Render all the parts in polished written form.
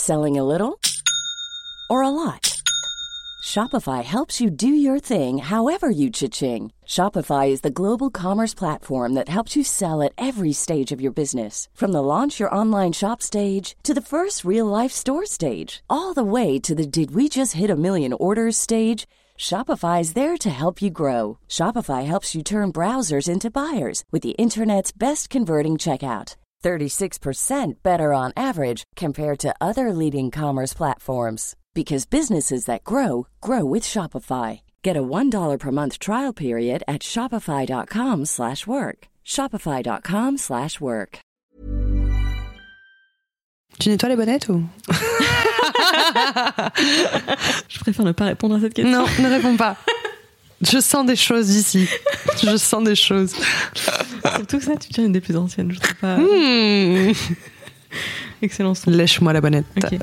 Selling a little or a lot? Shopify helps you do your thing however you cha-ching. Shopify is the global commerce platform that helps you sell at every stage of your business. From the launch your online shop stage to the first real-life store stage, all the way to the did we just hit a million orders stage. Shopify is there to help you grow. Shopify helps you turn browsers into buyers with the internet's best converting checkout. 36% better on average compared to other leading commerce platforms. Because businesses that grow, grow with Shopify. Get a $1 per month trial period at shopify.com/work. Shopify.com/work. Tu nettoies les bonnettes ou? Je préfère ne pas répondre à cette question. Non, ne réponds pas. Je sens des choses ici. Je sens des choses. Surtout que ça, tu tiens une des plus anciennes, je trouve pas. Excellent son. Lèche-moi la bonnette. Okay.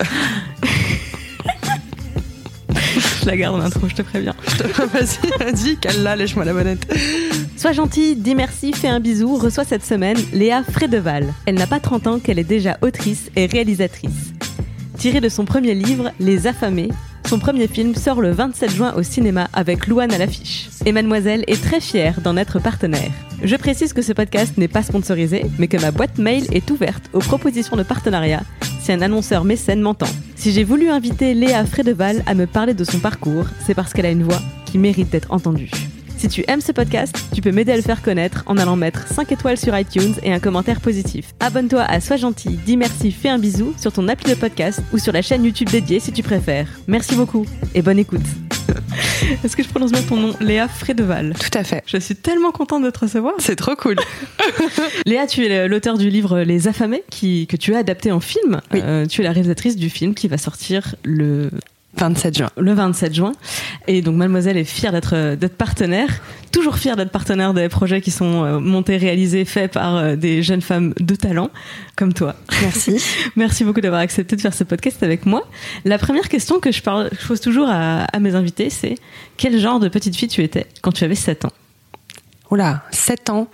Je la garde en intro, je te préviens. Vas-y, cale-la, lèche-moi la bonnette. Sois gentil, dis merci, fais un bisou, reçoit cette semaine Léa Frédeval. Elle n'a pas 30 ans qu'elle est déjà autrice et réalisatrice. Tiré de son premier livre, Les Affamés, son premier film sort le 27 juin au cinéma avec Louane à l'affiche. Et Mademoiselle est très fière d'en être partenaire. Je précise que ce podcast n'est pas sponsorisé, mais que ma boîte mail est ouverte aux propositions de partenariat si un annonceur mécène m'entend. Si j'ai voulu inviter Léa Frédeval à me parler de son parcours, c'est parce qu'elle a une voix qui mérite d'être entendue. Si tu aimes ce podcast, tu peux m'aider à le faire connaître en allant mettre 5 étoiles sur iTunes et un commentaire positif. Abonne-toi à Sois gentil, dis merci, fais un bisou sur ton appli de podcast ou sur la chaîne YouTube dédiée si tu préfères. Merci beaucoup et bonne écoute. Est-ce que je prononce bien ton nom? Léa Frédeval. Tout à fait. Je suis tellement contente de te recevoir. C'est trop cool. Léa, tu es l'auteur du livre Les Affamés que tu as adapté en film. Oui. Tu es la réalisatrice du film qui va sortir le 27 juin. Le 27 juin. Et donc, Mademoiselle est fière d'être partenaire. Toujours fière d'être partenaire des projets qui sont montés, réalisés, faits par des jeunes femmes de talent, comme toi. Merci. Merci beaucoup d'avoir accepté de faire ce podcast avec moi. La première question que je pose toujours à mes invités, c'est quel genre de petite fille tu étais quand tu avais 7 ans? Oula, 7 ans.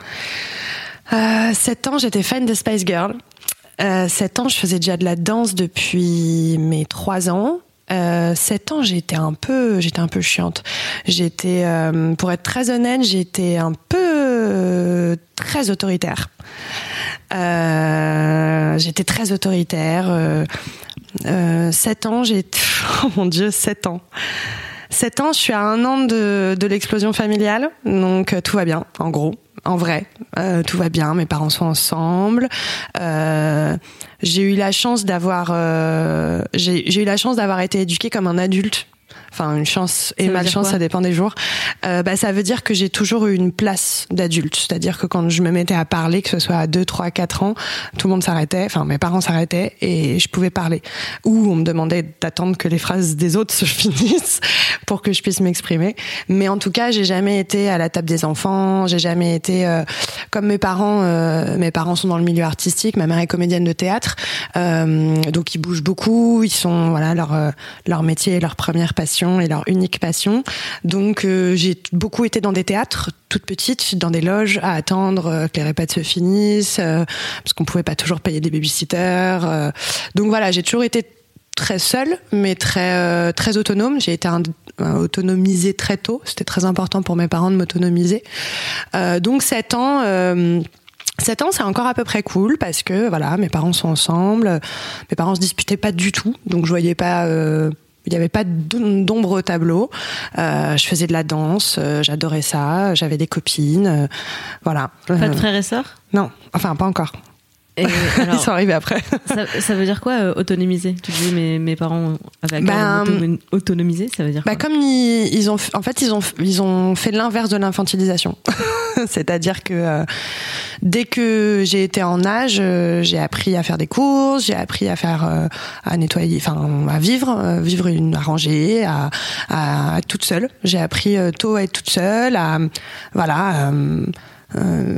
7 ans, j'étais fan de Spice Girl. 7 ans, je faisais déjà de la danse depuis mes 3 ans. 7 ans, j'étais un peu chiante. J'étais, pour être très honnête, j'étais un peu très autoritaire. J'étais très autoritaire. 7 ans, oh mon Dieu, 7 ans. 7 ans, je suis à 1 an de l'explosion familiale, donc tout va bien, en gros. En vrai, tout va bien, mes parents sont ensemble. J'ai eu la chance d'avoir été éduquée comme un adulte. Enfin, une chance et malchance, ça dépend des jours. Ça veut dire que j'ai toujours eu une place d'adulte. C'est-à-dire que quand je me mettais à parler, que ce soit à 2, 3, 4 ans, tout le monde s'arrêtait. Enfin, mes parents s'arrêtaient et je pouvais parler. Ou on me demandait d'attendre que les phrases des autres se finissent pour que je puisse m'exprimer. Mais en tout cas, j'ai jamais été à la table des enfants. J'ai jamais été comme mes parents. Mes parents sont dans le milieu artistique. Ma mère est comédienne de théâtre. Donc ils bougent beaucoup. Ils sont, voilà, leur métier, leur première passion et leur unique passion. Donc j'ai beaucoup été dans des théâtres, toute petite, dans des loges, à attendre que les répètes se finissent, parce qu'on pouvait pas toujours payer des babysitters. Donc voilà, j'ai toujours été très seule, mais très autonome. J'ai été autonomisée très tôt. C'était très important pour mes parents de m'autonomiser. Donc 7 ans... 7 ans, c'est encore à peu près cool parce que voilà, mes parents sont ensemble. Mes parents se disputaient pas du tout, donc je voyais pas... Il n'y avait pas d'ombre au tableau. Je faisais de la danse, j'adorais ça. J'avais des copines, voilà. Pas de frères et sœurs? Non, enfin pas encore. Et alors, ils sont arrivés après. Ça veut dire quoi, autonomiser? Tu disais mes parents avaient autonomisé, ça veut dire quoi? Comme ils ont fait l'inverse de l'infantilisation. C'est-à-dire que dès que j'ai été en âge, j'ai appris à faire des courses, j'ai appris à à nettoyer, enfin à vivre, à ranger, à être toute seule. J'ai appris tôt à être toute seule,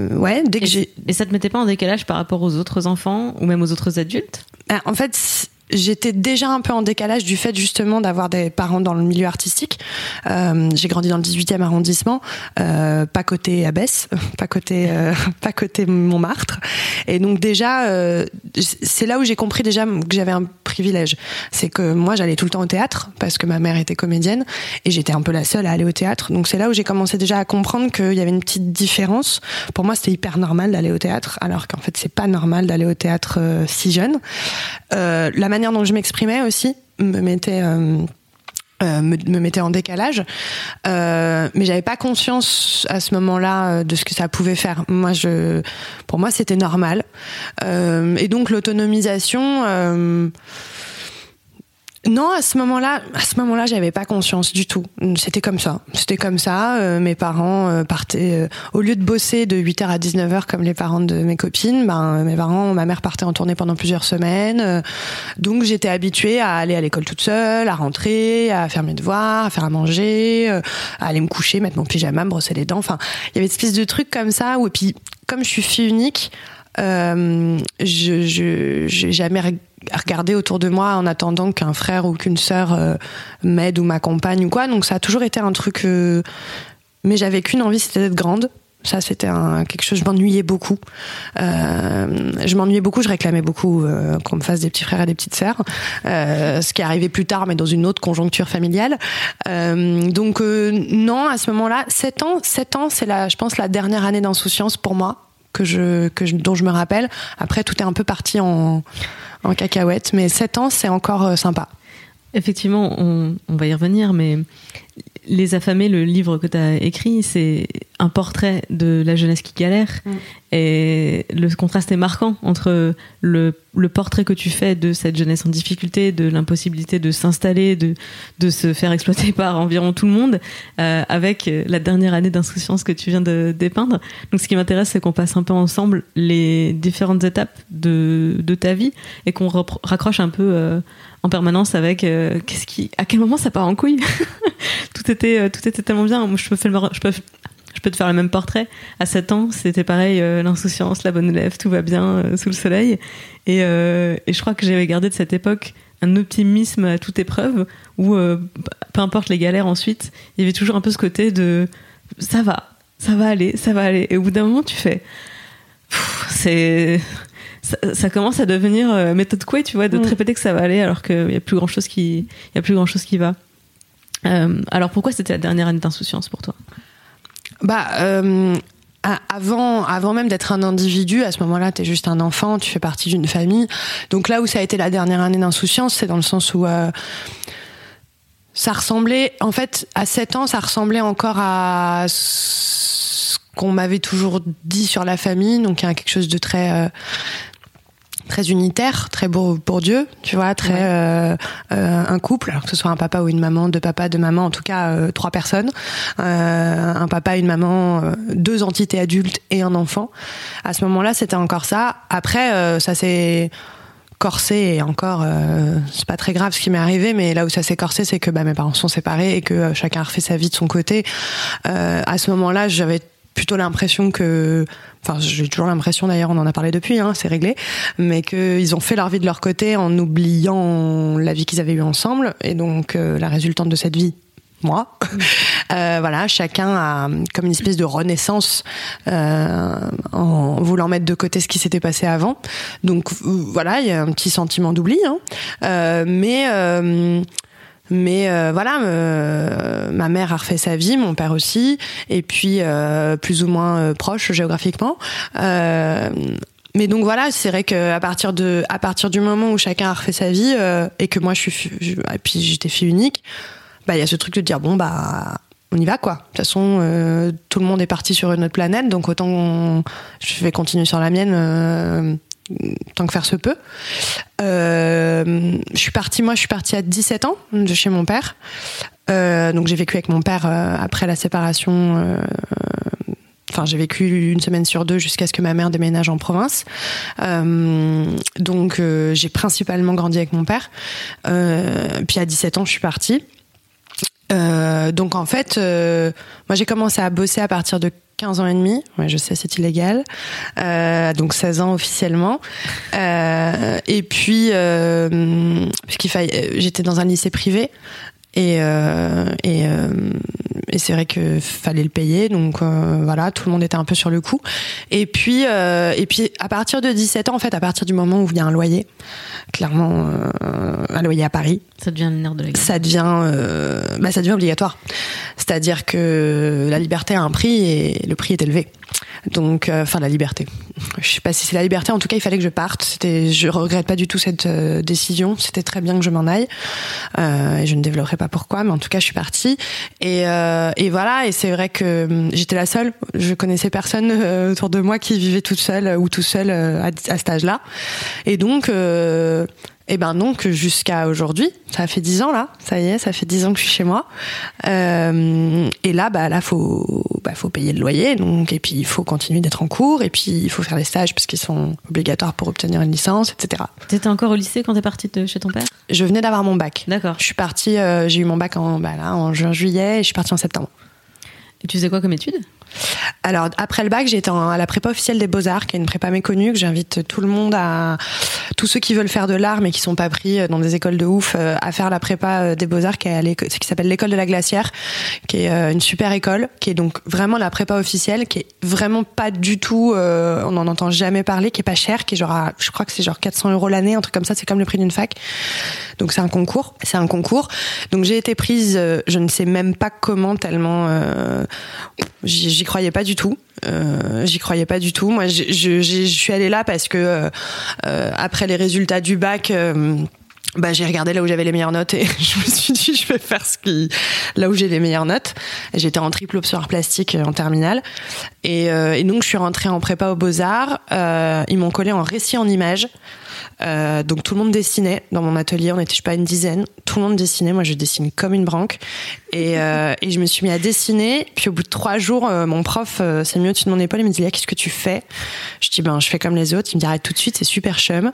dès que j'ai... Et ça te mettait pas en décalage par rapport aux autres enfants ou même aux autres adultes? En fait, j'étais déjà un peu en décalage du fait justement d'avoir des parents dans le milieu artistique. J'ai grandi dans le 18e arrondissement, pas côté Abbesse, pas côté Montmartre. Et donc déjà, c'est là où j'ai compris déjà que j'avais un privilège. C'est que moi, j'allais tout le temps au théâtre parce que ma mère était comédienne et j'étais un peu la seule à aller au théâtre. Donc c'est là où j'ai commencé déjà à comprendre qu'il y avait une petite différence. Pour moi, c'était hyper normal d'aller au théâtre, alors qu'en fait, c'est pas normal d'aller au théâtre si jeune. La manière dont je m'exprimais aussi me mettait en décalage, mais j'avais pas conscience à ce moment-là de ce que ça pouvait faire. Pour moi, c'était normal, et donc l'autonomisation. Non, à ce moment-là, j'avais pas conscience du tout. C'était comme ça. Mes parents partaient, au lieu de bosser de 8h à 19h comme les parents de mes copines, ma mère partait en tournée pendant plusieurs semaines. Donc j'étais habituée à aller à l'école toute seule, à rentrer, à faire mes devoirs, à faire à manger, à aller me coucher, mettre mon pyjama, me brosser les dents. Enfin, il y avait une espèce de truc comme ça où, et puis, comme je suis fille unique, j'ai jamais regardé autour de moi en attendant qu'un frère ou qu'une sœur m'aide ou m'accompagne ou quoi, donc ça a toujours été un truc, mais j'avais qu'une envie, c'était d'être grande. Ça, c'était quelque chose, je m'ennuyais beaucoup, je réclamais beaucoup qu'on me fasse des petits frères et des petites sœurs, ce qui est arrivé plus tard mais dans une autre conjoncture familiale. Donc non, à ce moment-là, 7 ans, c'est je pense la dernière année d'insouciance pour moi dont je me rappelle. Après, tout est un peu parti en cacahuète, mais 7 ans, c'est encore sympa. Effectivement, on va y revenir, mais Les Affamés, le livre que tu as écrit, c'est un portrait de la jeunesse qui galère. Et le contraste est marquant entre le portrait que tu fais de cette jeunesse en difficulté, de l'impossibilité de s'installer, de se faire exploiter par environ tout le monde, avec la dernière année d'insouciance que tu viens de dépeindre. Donc ce qui m'intéresse, c'est qu'on passe un peu ensemble les différentes étapes de ta vie et qu'on raccroche un peu en permanence avec à quel moment ça part en couille. Tout était tellement bien. Moi, je peux te faire le même portrait. À 7 ans, c'était pareil, l'insouciance, la bonne élève, tout va bien sous le soleil. Et je crois que j'avais gardé de cette époque un optimisme à toute épreuve où, peu importe les galères ensuite, il y avait toujours un peu ce côté de ça va aller. Et au bout d'un moment, tu fais ça commence à devenir méthode Coué, tu vois, de te répéter que ça va aller alors qu'il y a plus grand chose qui va. Alors pourquoi c'était la dernière année d'insouciance pour toi? Avant même d'être un individu, à ce moment-là, t'es juste un enfant, tu fais partie d'une famille. Donc là où ça a été la dernière année d'insouciance, c'est dans le sens où ça ressemblait, en fait, à 7 ans, ça ressemblait encore à ce qu'on m'avait toujours dit sur la famille. Donc il y a quelque chose de très unitaire, très Bourdieu, tu vois, un couple, alors que ce soit un papa ou une maman, 2 papas, 2 mamans, en tout cas 3 personnes, un papa, une maman, 2 entités adultes et un enfant. À ce moment-là, c'était encore ça. Après, ça s'est corsé et encore, c'est pas très grave ce qui m'est arrivé, mais là où ça s'est corsé, c'est que mes parents sont séparés et que chacun a refait sa vie de son côté. À ce moment-là, j'avais plutôt l'impression que, enfin j'ai toujours l'impression d'ailleurs, on en a parlé depuis, c'est réglé, mais qu'ils ont fait leur vie de leur côté en oubliant la vie qu'ils avaient eue ensemble, et donc la résultante de cette vie, moi. Voilà, chacun a comme une espèce de renaissance en voulant mettre de côté ce qui s'était passé avant. Donc voilà, il y a un petit sentiment d'oubli, mais voilà, ma mère a refait sa vie, mon père aussi, et puis plus ou moins proche géographiquement. Mais donc voilà, c'est vrai que à partir du moment où chacun a refait sa vie et que moi et puis j'étais fille unique, il y a ce truc de dire on y va quoi. De toute façon, tout le monde est parti sur une autre planète, donc autant je vais continuer sur la mienne. Tant que faire se peut. Je suis partie à 17 ans de chez mon père. Donc j'ai vécu avec mon père après la séparation. J'ai vécu 1 semaine sur 2 jusqu'à ce que ma mère déménage en province. Donc j'ai principalement grandi avec mon père. Puis à 17 ans, je suis partie. Donc en fait, moi j'ai commencé à bosser à partir de 15 ans et demi. Ouais, je sais, c'est illégal. Donc 16 ans officiellement. Et puis, j'étais dans un lycée privé. Et c'est vrai que fallait le payer, donc voilà, tout le monde était un peu sur le coup. Et puis à partir de 17 ans, en fait, à partir du moment où il y a un loyer, clairement un loyer à Paris, ça devient le nerf de la guerre. Ça devient obligatoire. C'est-à-dire que la liberté a un prix et le prix est élevé. Donc, la liberté. Je sais pas si c'est la liberté. En tout cas, il fallait que je parte. Je regrette pas du tout cette décision. C'était très bien que je m'en aille. Et je ne développerai pas pourquoi, mais en tout cas, je suis partie. Et voilà. Et c'est vrai que j'étais la seule. Je connaissais personne autour de moi qui vivait toute seule ou tout seul à cet âge-là. Et donc. Donc jusqu'à aujourd'hui, ça fait 10 ans là, ça y est, ça fait 10 ans que je suis chez moi. Et là, faut payer le loyer, donc et puis il faut continuer d'être en cours, et puis il faut faire les stages parce qu'ils sont obligatoires pour obtenir une licence, etc. T'étais encore au lycée quand t'es partie de chez ton père ? Je venais d'avoir mon bac. D'accord. Je suis partie, j'ai eu mon bac en juin-juillet, et je suis partie en septembre. Et tu faisais quoi comme études ? Alors, après le bac, j'ai été à la prépa officielle des Beaux-Arts, qui est une prépa méconnue, que j'invite tout le monde tous ceux qui veulent faire de l'art, mais qui sont pas pris dans des écoles de ouf, à faire la prépa des Beaux-Arts, qui s'appelle l'école de la Glacière, qui est une super école, qui est donc vraiment la prépa officielle, qui est vraiment pas du tout, on n'en entend jamais parler, qui est pas cher, qui est je crois que c'est 400 € l'année, un truc comme ça, c'est comme le prix d'une fac. Donc c'est un concours. Donc j'ai été prise, je ne sais même pas comment, tellement j'y croyais pas du tout. Moi, je suis allée là parce que après les résultats du bac, j'ai regardé là où j'avais les meilleures notes et je me suis dit je vais faire là où j'ai les meilleures notes. J'étais en triple option art plastique en terminale et donc je suis rentrée en prépa aux Beaux-Arts. Ils m'ont collé en récit en images. Donc tout le monde dessinait dans mon atelier, on était je sais pas une dizaine, tout le monde dessinait, moi je dessine comme une branque et je me suis mis à dessiner, puis au bout de 3 jours mon prof s'est mis au-dessus de mon épaule, il me dit qu'est-ce que tu fais ? Je dis je fais comme les autres, il me dit arrête tout de suite, c'est super chum,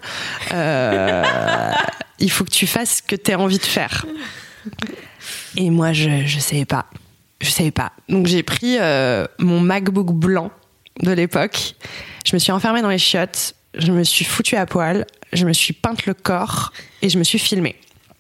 il faut que tu fasses ce que tu as envie de faire. Et moi je savais pas, donc j'ai pris mon MacBook blanc de l'époque, je me suis enfermée dans les chiottes, je me suis foutue à poil, je me suis peinte le corps et je me suis filmée.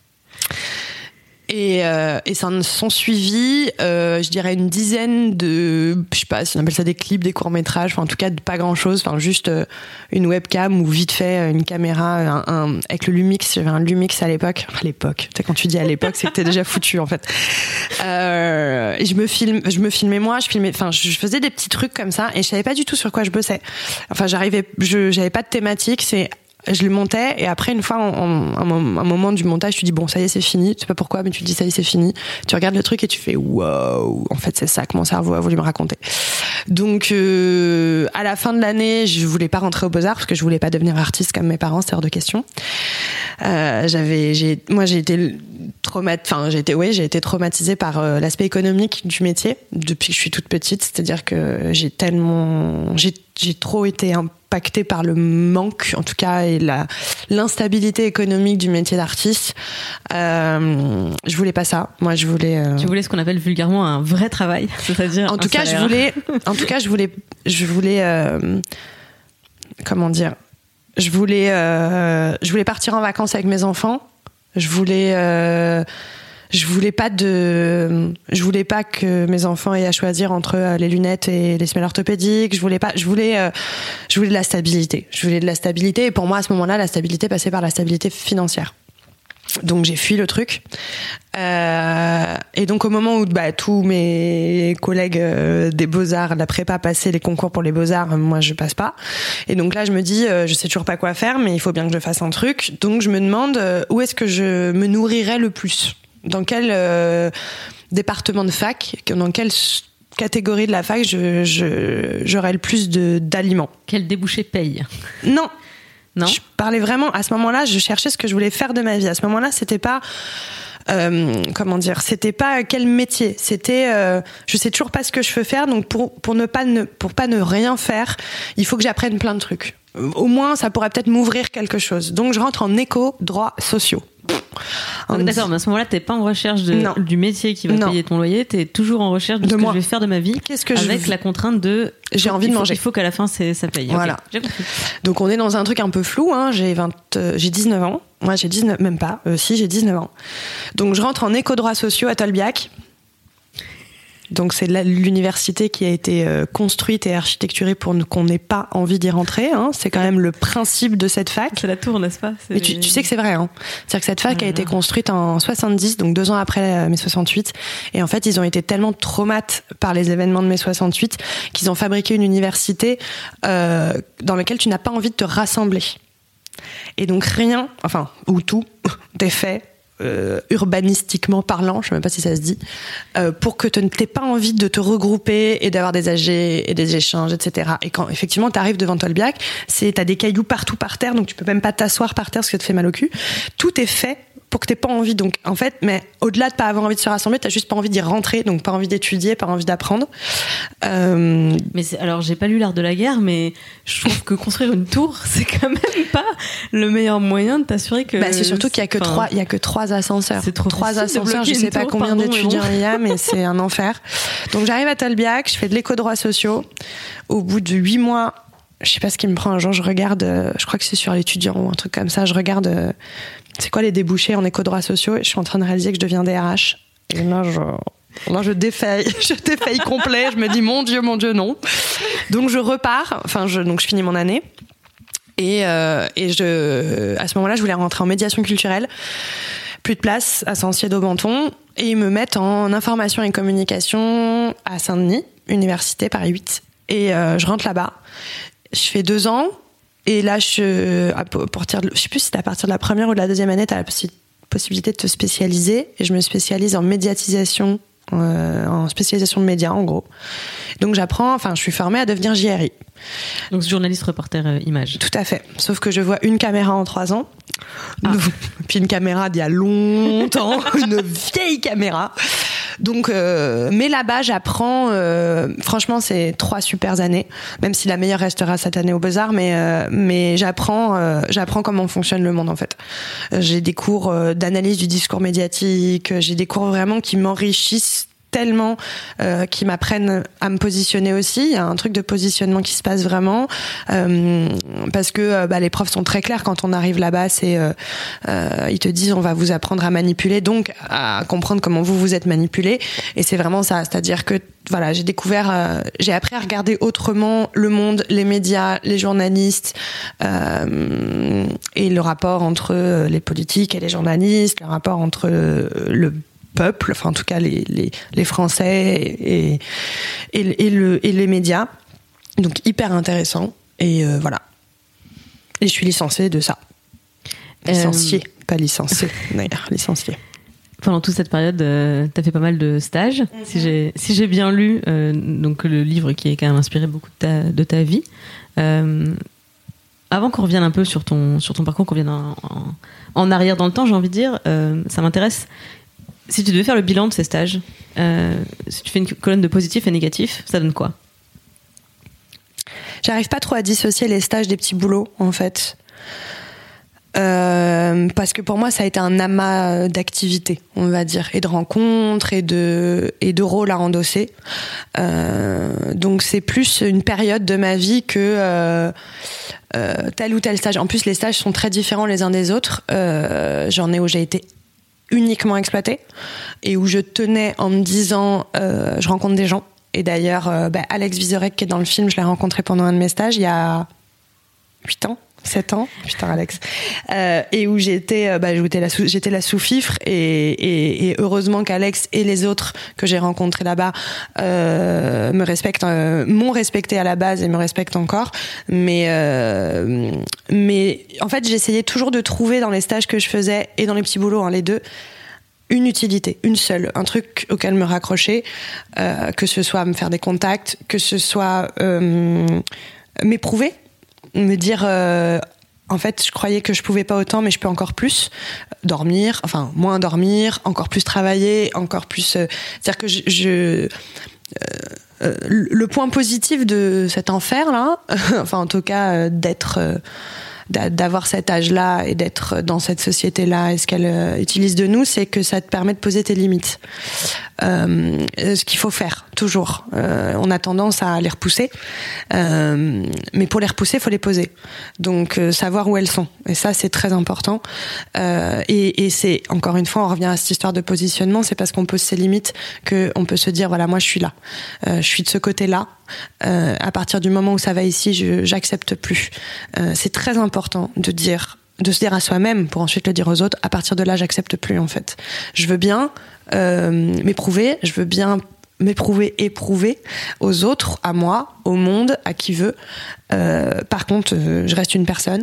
Et ça en sont suivis, je dirais une dizaine de, je sais pas si on appelle ça des clips, des courts-métrages, enfin en tout cas pas grand-chose, enfin juste une webcam ou vite fait une caméra, avec le Lumix, j'avais un Lumix à l'époque, tu sais quand tu dis à l'époque c'est que t'es déjà foutu en fait. Et je me filmais moi, je faisais des petits trucs comme ça et je savais pas du tout sur quoi je bossais. Enfin j'avais pas de thématique, je le montais et après une fois un moment du montage tu dis bon ça y est c'est fini, tu sais pas pourquoi mais tu te dis ça y est c'est fini, tu regardes le truc et tu fais wow, en fait c'est ça que mon cerveau a voulu me raconter. Donc à la fin de l'année je voulais pas rentrer aux Beaux-Arts parce que je voulais pas devenir artiste comme mes parents, c'est hors de question. J'ai été traumatisée par l'aspect économique du métier depuis que je suis toute petite, c'est-à-dire que j'ai trop été impactée par le manque, en tout cas, et l'instabilité économique du métier d'artiste. Je voulais pas ça. Moi, je voulais. Tu voulais ce qu'on appelle vulgairement un vrai travail, c'est-à-dire. En tout cas, je voulais. Comment dire ? Je voulais partir en vacances avec mes enfants. Je voulais pas que mes enfants aient à choisir entre les lunettes et les semelles orthopédiques. Je voulais de la stabilité. Et pour moi, à ce moment-là, la stabilité passait par la stabilité financière. Donc j'ai fui le truc. Et donc au moment où tous mes collègues des Beaux-Arts, de la prépa passaient les concours pour les Beaux-Arts, moi je passe pas. Et donc là je me dis, je sais toujours pas quoi faire, mais il faut bien que je fasse un truc. Donc je me demande où est-ce que je me nourrirais le plus ? Dans quel département de fac ? Dans quelle catégorie de la fac j'aurais le plus d'aliments ? Quel débouché paye ? Non. Je parlais vraiment, à ce moment-là, je cherchais ce que je voulais faire de ma vie. À ce moment-là, c'était pas, c'était pas quel métier. C'était, je sais toujours pas ce que je veux faire, donc pour pas ne rien faire, il faut que j'apprenne plein de trucs. Au moins, ça pourrait peut-être m'ouvrir quelque chose. Donc, je rentre en éco, droits sociaux. D'accord, mais à ce moment-là, t'es pas en recherche du métier qui va payer ton loyer, t'es toujours en recherche de ce que je vais faire de ma vie. Avec la contrainte de j'ai envie de manger. Il faut qu'à la fin ça paye. Voilà. Okay, j'ai compris. Donc on est dans un truc un peu flou. J'ai 19 ans. Moi j'ai 19, même pas. J'ai 19 ans. Donc je rentre en éco-droits sociaux à Tolbiac. Donc c'est l'université qui a été construite et architecturée pour qu'on n'ait pas envie d'y rentrer. C'est quand même le principe de cette fac. C'est la tour, n'est-ce pas? Et tu sais que c'est vrai. C'est-à-dire que cette fac a été construite en 70, donc 2 ans après mai 68. Et en fait, ils ont été tellement traumates par les événements de mai 68 qu'ils ont fabriqué une université dans laquelle tu n'as pas envie de te rassembler. Et donc rien, ou tout, est fait urbanistiquement parlant, je sais même pas si ça se dit, pour que tu n'aies pas envie de te regrouper et d'avoir des AG et des échanges, etc. Et quand effectivement tu arrives devant Tolbiac, t'as des cailloux partout par terre, donc tu peux même pas t'asseoir par terre parce que ça te fait mal au cul. Tout est fait pour que t'aies pas envie. Donc en fait, mais au-delà de pas avoir envie de se rassembler, t'as juste pas envie d'y rentrer, donc pas envie d'étudier, pas envie d'apprendre. Mais alors j'ai pas lu L'Art de la guerre, mais je trouve que construire une tour, c'est quand même pas le meilleur moyen de t'assurer que. C'est surtout qu'il y a que 3 ascenseurs. C'est trop 3 ascenseurs. Je sais pas combien d'étudiants il y a, mais c'est un enfer. Donc j'arrive à Tolbiac, je fais de l'éco-droits sociaux. Au bout de 8 mois. Je sais pas ce qui me prend un jour, je regarde, je crois que c'est sur l'étudiant ou un truc comme ça, je regarde c'est quoi les débouchés en éco-droits sociaux et je suis en train de réaliser que je deviens DRH. Et là, je défaille complet, je me dis mon Dieu, non. Donc je repars, donc je finis mon année et à ce moment-là, je voulais rentrer en médiation culturelle. Plus de place à Sancier-d'Aubenton et ils me mettent en information et communication à Saint-Denis, Université Paris 8. Et je rentre là-bas. Je fais 2 ans et là, je sais plus si c'est à partir de la première ou de la deuxième année, tu as la possibilité de te spécialiser. Et je me spécialise en médiatisation, en spécialisation de médias, en gros. Donc je suis formée à devenir JRI. Donc journaliste, reporter, image. Tout à fait. Sauf que je vois une caméra en 3 ans. Puis une caméra d'il y a longtemps, une vieille caméra. Donc, mais là-bas, j'apprends. Franchement, c'est 3 super années. Même si la meilleure restera cette année aux Beaux-Arts, mais j'apprends comment fonctionne le monde en fait. J'ai des cours d'analyse du discours médiatique. J'ai des cours vraiment qui m'enrichissent tellement, qui m'apprennent à me positionner aussi. Il y a un truc de positionnement qui se passe vraiment, parce que les profs sont très clairs quand on arrive là-bas. Ils te disent on va vous apprendre à manipuler, donc à comprendre comment vous êtes manipulé. Et c'est vraiment ça, c'est-à-dire que voilà, j'ai appris à regarder autrement le monde, les médias, les journalistes, et le rapport entre les politiques et les journalistes, le rapport entre le peuple, en tout cas les Français et les médias. Donc hyper intéressant. Et voilà. Et je suis licenciée de ça. Licenciée, pas licenciée d'ailleurs, licenciée. Pendant toute cette période, t'as fait pas mal de stages. Si j'ai bien lu, donc le livre qui est quand même inspiré beaucoup de ta vie. Avant qu'on revienne un peu sur ton parcours, qu'on vienne en arrière dans le temps, j'ai envie de dire, ça m'intéresse. Si tu devais faire le bilan de ces stages, si tu fais une colonne de positif et négatif, ça donne quoi? J'arrive pas trop à dissocier les stages des petits boulots, en fait. Parce que pour moi, ça a été un amas d'activités, on va dire, et de rencontres, et de rôles à endosser. Donc c'est plus une période de ma vie que tel ou tel stage. En plus, les stages sont très différents les uns des autres. J'en ai où j'ai été uniquement exploitée et où je tenais en me disant je rencontre des gens. Et d'ailleurs Alex Vizorek qui est dans le film, je l'ai rencontré pendant un de mes stages il y a 7 ans, putain Alex, et où j'étais la sous-fifre et heureusement qu'Alex et les autres que j'ai rencontrés là-bas me respectent, m'ont respecté à la base et me respectent encore, mais en fait j'essayais toujours de trouver dans les stages que je faisais et dans les petits boulots, les deux, une utilité, une seule, un truc auquel me raccrocher, que ce soit me faire des contacts, que ce soit m'éprouver, me dire en fait je croyais que je pouvais pas autant mais je peux encore plus dormir, moins dormir, encore plus travailler, encore plus c'est-à-dire que le point positif de cet enfer là en tout cas d'être d'avoir cet âge-là et d'être dans cette société-là et ce qu'elle utilise de nous, c'est que ça te permet de poser tes limites. Ce qu'il faut faire, toujours. On a tendance à les repousser, mais pour les repousser, il faut les poser. Donc, savoir où elles sont. Et ça, c'est très important. Et c'est, encore une fois, on revient à cette histoire de positionnement, c'est parce qu'on pose ses limites qu'on peut se dire, voilà, moi, je suis là. Je suis de ce côté-là. À partir du moment où ça va ici, j'accepte plus. C'est très important de se dire à soi-même pour ensuite le dire aux autres. À partir de là, j'accepte plus, en fait. Je veux bien m'éprouver, je veux bien m'éprouver et prouver aux autres, à moi, au monde, à qui veut. Par contre, je reste une personne.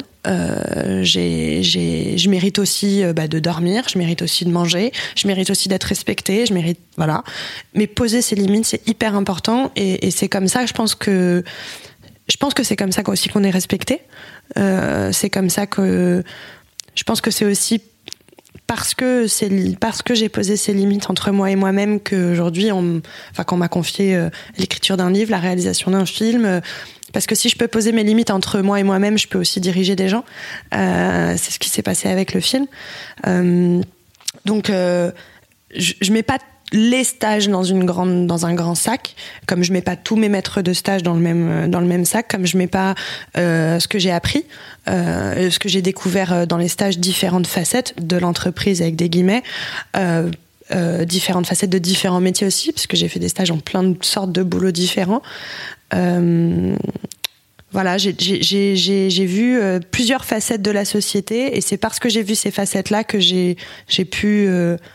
Je mérite aussi de dormir, je mérite aussi de manger, je mérite aussi d'être respectée, voilà. Mais poser ses limites, c'est hyper important et c'est comme ça, je pense que c'est comme ça aussi qu'on est respecté. C'est comme ça que je pense que c'est aussi parce que j'ai posé ces limites entre moi et moi-même qu'aujourd'hui, qu'on m'a confié l'écriture d'un livre, la réalisation d'un film. Parce que si je peux poser mes limites entre moi et moi-même, je peux aussi diriger des gens. C'est ce qui s'est passé avec le film. Donc, je mets pas les stages dans un grand sac, comme je mets pas tous mes maîtres de stage dans le même sac, comme je mets pas ce que j'ai appris, ce que j'ai découvert dans les stages, différentes facettes de l'entreprise avec des guillemets, différentes facettes de différents métiers aussi, parce que j'ai fait des stages en plein de sortes de boulots différents. Voilà, j'ai vu plusieurs facettes de la société et c'est parce que j'ai vu ces facettes-là que j'ai pu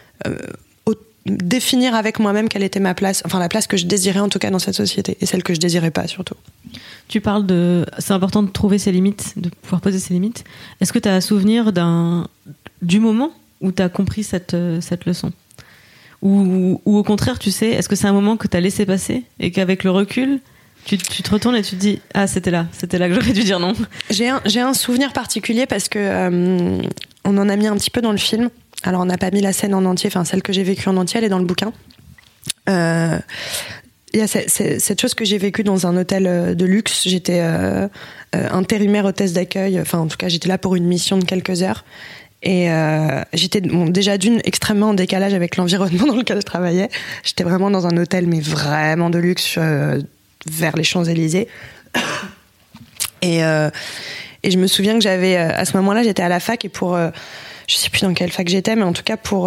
définir avec moi-même quelle était ma place, enfin la place que je désirais en tout cas dans cette société et celle que je désirais pas surtout. Tu parles c'est important de trouver ses limites, de pouvoir poser ses limites. Est-ce que tu as un souvenir du moment où tu as compris cette leçon ? Ou au contraire, tu sais, est-ce que c'est un moment que tu as laissé passer et qu'avec le recul, tu te retournes et tu te dis ah c'était là que j'aurais dû dire non. J'ai un souvenir particulier parce que on en a mis un petit peu dans le film. Alors on n'a pas mis la scène en entier, enfin celle que j'ai vécue en entier, elle est dans le bouquin. Il y a cette chose que j'ai vécue dans un hôtel de luxe. J'étais intérimaire hôtesse d'accueil, enfin en tout cas j'étais là pour une mission de quelques heures. Et j'étais déjà d'une extrêmement en décalage avec l'environnement dans lequel je travaillais. J'étais vraiment dans un hôtel mais vraiment de luxe vers les Champs-Élysées. Et je me souviens que j'avais à ce moment-là j'étais à la fac et pour je sais plus dans quelle fac j'étais, mais en tout cas pour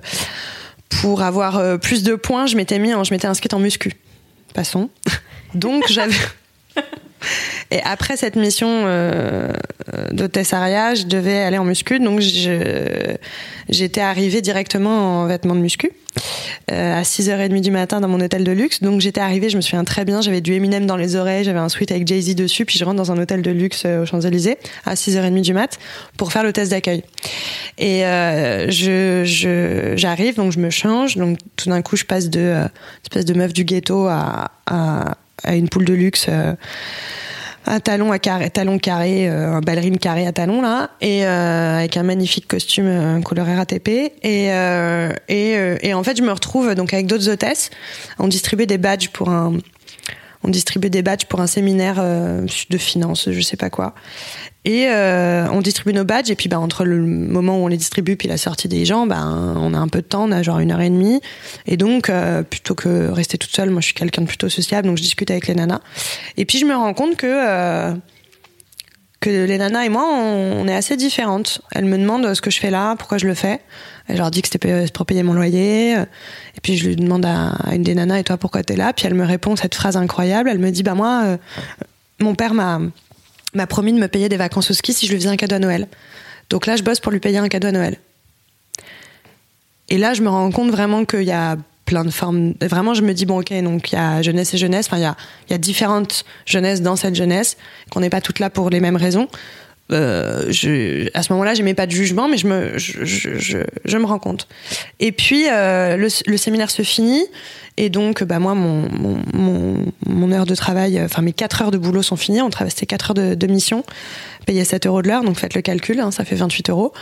avoir plus de points, je m'étais inscrite en muscu. Passons. Donc j'avais. Et après cette mission d'hôtesse aria, je devais aller en muscu, donc j'étais arrivée directement en vêtements de muscu à 6h30 du matin dans mon hôtel de luxe. Donc j'étais arrivée, je me souviens très bien, j'avais du Eminem dans les oreilles, j'avais un sweat avec Jay-Z dessus, puis je rentre dans un hôtel de luxe aux Champs-Élysées à 6h30 du mat pour faire le test d'accueil. Et j'arrive, donc je me change, donc tout d'un coup je passe de espèce de meuf du ghetto à une poule de luxe à talons carrés, ballerine carrée à talons là, et avec un magnifique costume coloré RATP et en fait je me retrouve donc avec d'autres hôtesses. On distribuait des badges pour un séminaire de finance, je sais pas quoi. Et on distribue nos badges et puis entre le moment où on les distribue puis la sortie des gens, on a un peu de temps, on a genre 1h30 et donc plutôt que rester toute seule, moi je suis quelqu'un de plutôt sociable donc je discute avec les nanas et puis je me rends compte que les nanas et moi on est assez différentes. Elles me demandent ce que je fais là, pourquoi je le fais. Et je leur dis que c'était pour payer mon loyer et puis je lui demande à une des nanas et toi pourquoi t'es là, puis elle me répond cette phrase incroyable, elle me dit moi mon père m'a promis de me payer des vacances au ski si je lui faisais un cadeau à Noël. Donc là, je bosse pour lui payer un cadeau à Noël. Et là, je me rends compte vraiment qu'il y a plein de formes. Vraiment, je me dis, bon, ok, donc il y a jeunesse et jeunesse. Enfin, il y a différentes jeunesses dans cette jeunesse, qu'on n'est pas toutes là pour les mêmes raisons. À ce moment-là, j'aimais pas de jugement, mais je me rends compte. Et puis, le séminaire se finit. Et donc, moi, mon heure de travail, enfin, mes 4 heures de boulot sont finies. On traversait 4 heures de mission, payé 7 € de l'heure. Donc, faites le calcul, ça fait 28 €.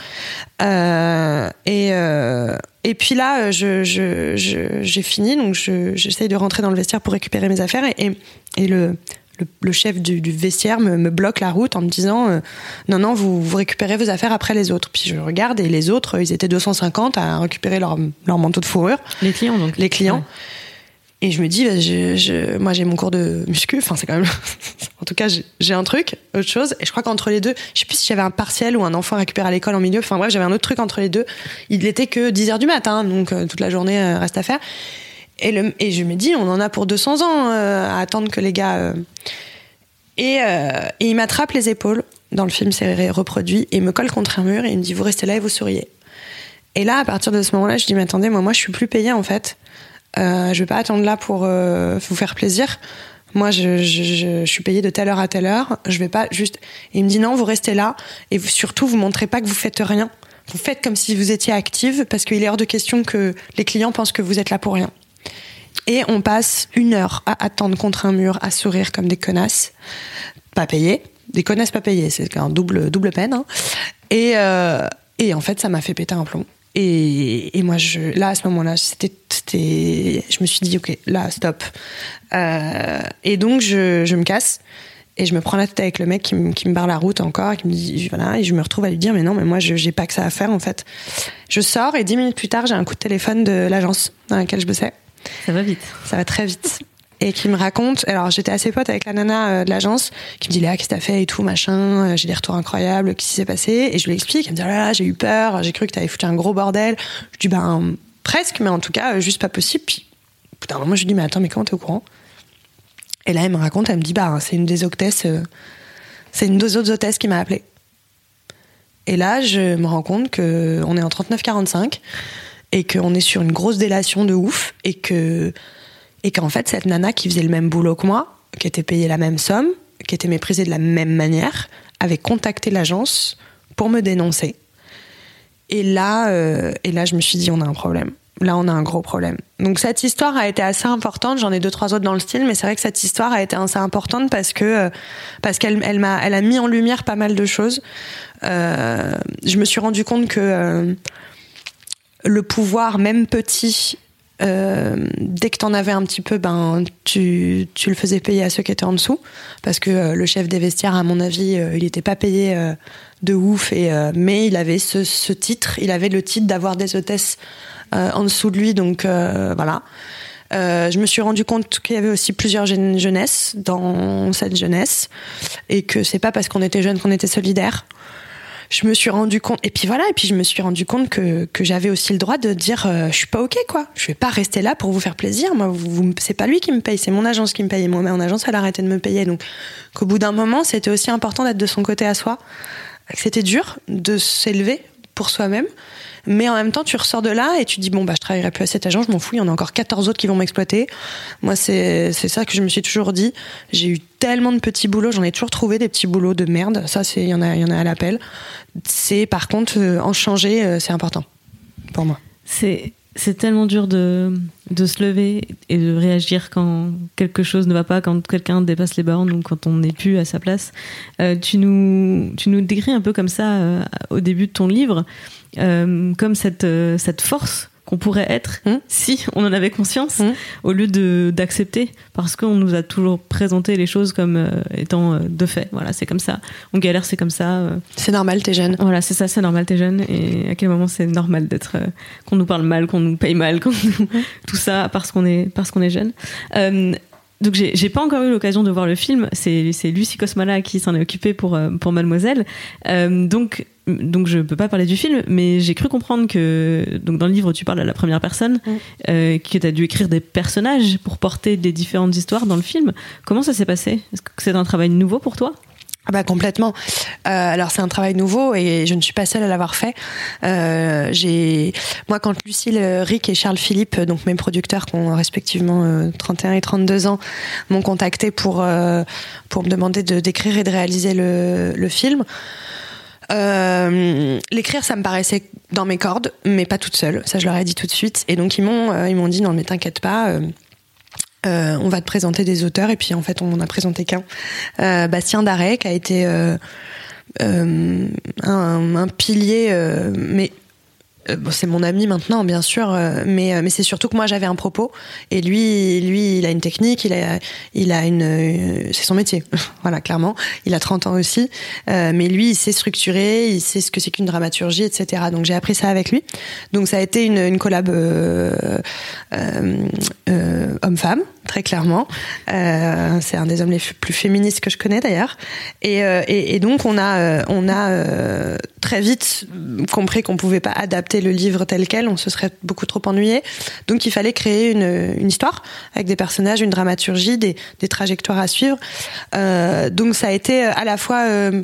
Et puis là, j'ai fini. Donc, j'essaye de rentrer dans le vestiaire pour récupérer mes affaires. Et le le chef du vestiaire me bloque la route en me disant non, vous récupérez vos affaires après les autres. Puis je regarde et les autres, ils étaient 250 à récupérer leur manteau de fourrure. Les clients donc. Les clients. Ouais. Et je me dis, moi j'ai mon cours de muscu, enfin c'est quand même, en tout cas j'ai un truc, autre chose, et je crois qu'entre les deux, je sais plus si j'avais un partiel ou un enfant à récupérer à l'école en milieu, enfin bref, j'avais un autre truc entre les deux. Il était que 10h du matin, donc toute la journée reste à faire. Et je me dis, on en a pour 200 ans à attendre que les gars... Et il m'attrape les épaules, dans le film c'est reproduit, et il me colle contre un mur, et il me dit, vous restez là et vous souriez. Et là, à partir de ce moment-là, je dis, mais attendez, moi je suis plus payée en fait. Je vais pas attendre là pour vous faire plaisir. Moi, je suis payée de telle heure à telle heure. Je vais pas juste. Et il me dit non, vous restez là et surtout vous montrez pas que vous faites rien. Vous faites comme si vous étiez active parce qu'il est hors de question que les clients pensent que vous êtes là pour rien. Et on passe 1 heure à attendre contre un mur, à sourire comme des connasses, pas payées, des connasses pas payées. C'est un double peine. Hein. Et en fait, ça m'a fait péter un plomb. Et moi, là, à ce moment-là, je me suis dit, ok, là, stop. Et donc, je me casse et je me prends la tête avec le mec qui me barre la route encore, qui me dit, voilà, et je me retrouve à lui dire, mais non, mais moi, j'ai pas que ça à faire, en fait. Je sors et 10 minutes plus tard, j'ai un coup de téléphone de l'agence dans laquelle je bossais. Ça va vite. Ça va très vite. Et qui me raconte, alors j'étais assez pote avec la nana de l'agence, qui me dit Léa, qu'est-ce que t'as fait et tout, machin, j'ai des retours incroyables, qu'est-ce qui s'est passé? Et je lui explique, elle me dit, oh là là, j'ai eu peur, j'ai cru que t'avais foutu un gros bordel. Je dis, ben, presque, mais en tout cas, juste pas possible. Puis, putain, moi je lui dis, mais attends, mais comment t'es au courant? Et là, elle me raconte, elle me dit, bah, c'est une des hôtesses, c'est une des autres hôtesses qui m'a appelée. Et là, je me rends compte qu'on est en 39-45, et qu'on est sur une grosse délation de ouf, et qu'en fait, cette nana qui faisait le même boulot que moi, qui était payée la même somme, qui était méprisée de la même manière, avait contacté l'agence pour me dénoncer. Et là, je me suis dit, on a un problème. Là, on a un gros problème. Donc, cette histoire a été assez importante. J'en ai 2-3 autres dans le style, mais c'est vrai que cette histoire a été assez importante parce qu'elle a mis en lumière pas mal de choses. Je me suis rendu compte que le pouvoir, même petit, dès que t'en avais un petit peu, ben tu le faisais payer à ceux qui étaient en dessous, parce que le chef des vestiaires, à mon avis, il était pas payé de ouf, mais il avait ce titre, il avait le titre d'avoir des hôtesses en dessous de lui, donc voilà. Je me suis rendu compte qu'il y avait aussi plusieurs jeunesses dans cette jeunesse, et que c'est pas parce qu'on était jeune qu'on était solidaire. Je me suis rendu compte, et puis voilà, je me suis rendu compte que j'avais aussi le droit de dire je suis pas ok, quoi. Je vais pas rester là pour vous faire plaisir. Moi, c'est pas lui qui me paye, c'est mon agence qui me paye. Moi, mon agence, elle a arrêté de me payer. Donc, qu'au bout d'un moment, c'était aussi important d'être de son côté à soi. C'était dur de s'élever pour soi-même, mais en même temps, tu ressors de là et tu dis bon, bah, je travaillerai plus à cet agent, je m'en fous, il y en a encore 14 autres qui vont m'exploiter. Moi, c'est ça que je me suis toujours dit. J'ai eu tellement de petits boulots, j'en ai toujours trouvé des petits boulots de merde. Ça, il y en a à l'appel. C'est, par contre, en changer, c'est important pour moi. C'est tellement dur de se lever et de réagir quand quelque chose ne va pas, quand quelqu'un dépasse les bornes ou quand on n'est plus à sa place. Tu nous décris un peu comme ça au début de ton livre, comme cette force qu'on pourrait être si on en avait conscience, au lieu d'accepter, parce qu'on nous a toujours présenté les choses comme étant de fait. Voilà, c'est comme ça. On galère, c'est comme ça. C'est normal, t'es jeune. Voilà, c'est ça, c'est normal, t'es jeune. Et à quel moment c'est normal d'être qu'on nous parle mal, qu'on nous paye mal, tout ça parce qu'on est jeune. Donc j'ai pas encore eu l'occasion de voir le film. C'est Lucie Kosmala qui s'en est occupée pour Mademoiselle. Donc je peux pas parler du film, mais j'ai cru comprendre que donc dans le livre tu parles à la première personne, que t'as dû écrire des personnages pour porter les différentes histoires dans le film. Comment ça s'est passé? Est-ce que c'est un travail nouveau pour toi? Ah bah complètement. Alors c'est un travail nouveau et je ne suis pas seule à l'avoir fait. Moi, quand Lucille Rick et Charles Philippe, donc mes producteurs qui ont respectivement 31 et 32 ans, m'ont contacté pour me demander d'écrire et de réaliser le film. L'écrire, ça me paraissait dans mes cordes, mais pas toute seule. Ça, je leur ai dit tout de suite. Et donc ils m'ont dit non mais t'inquiète pas. On va te présenter des auteurs, et puis en fait on en a présenté qu'un, Bastien Darey, qui a été un pilier, mais Bon, c'est mon ami maintenant, bien sûr, mais c'est surtout que moi j'avais un propos et lui, il a une technique, il a c'est son métier, voilà, clairement. Il a 30 ans aussi, mais lui, il sait structurer, il sait ce que c'est qu'une dramaturgie, etc. Donc j'ai appris ça avec lui. Donc ça a été une collab homme-femme, très clairement. C'est un des hommes les plus féministes que je connais d'ailleurs. Et donc on a très vite compris qu'on pouvait pas adapter le livre tel quel, on se serait beaucoup trop ennuyé. Donc il fallait créer une histoire avec des personnages, une dramaturgie, des trajectoires à suivre. Donc ça a été à la fois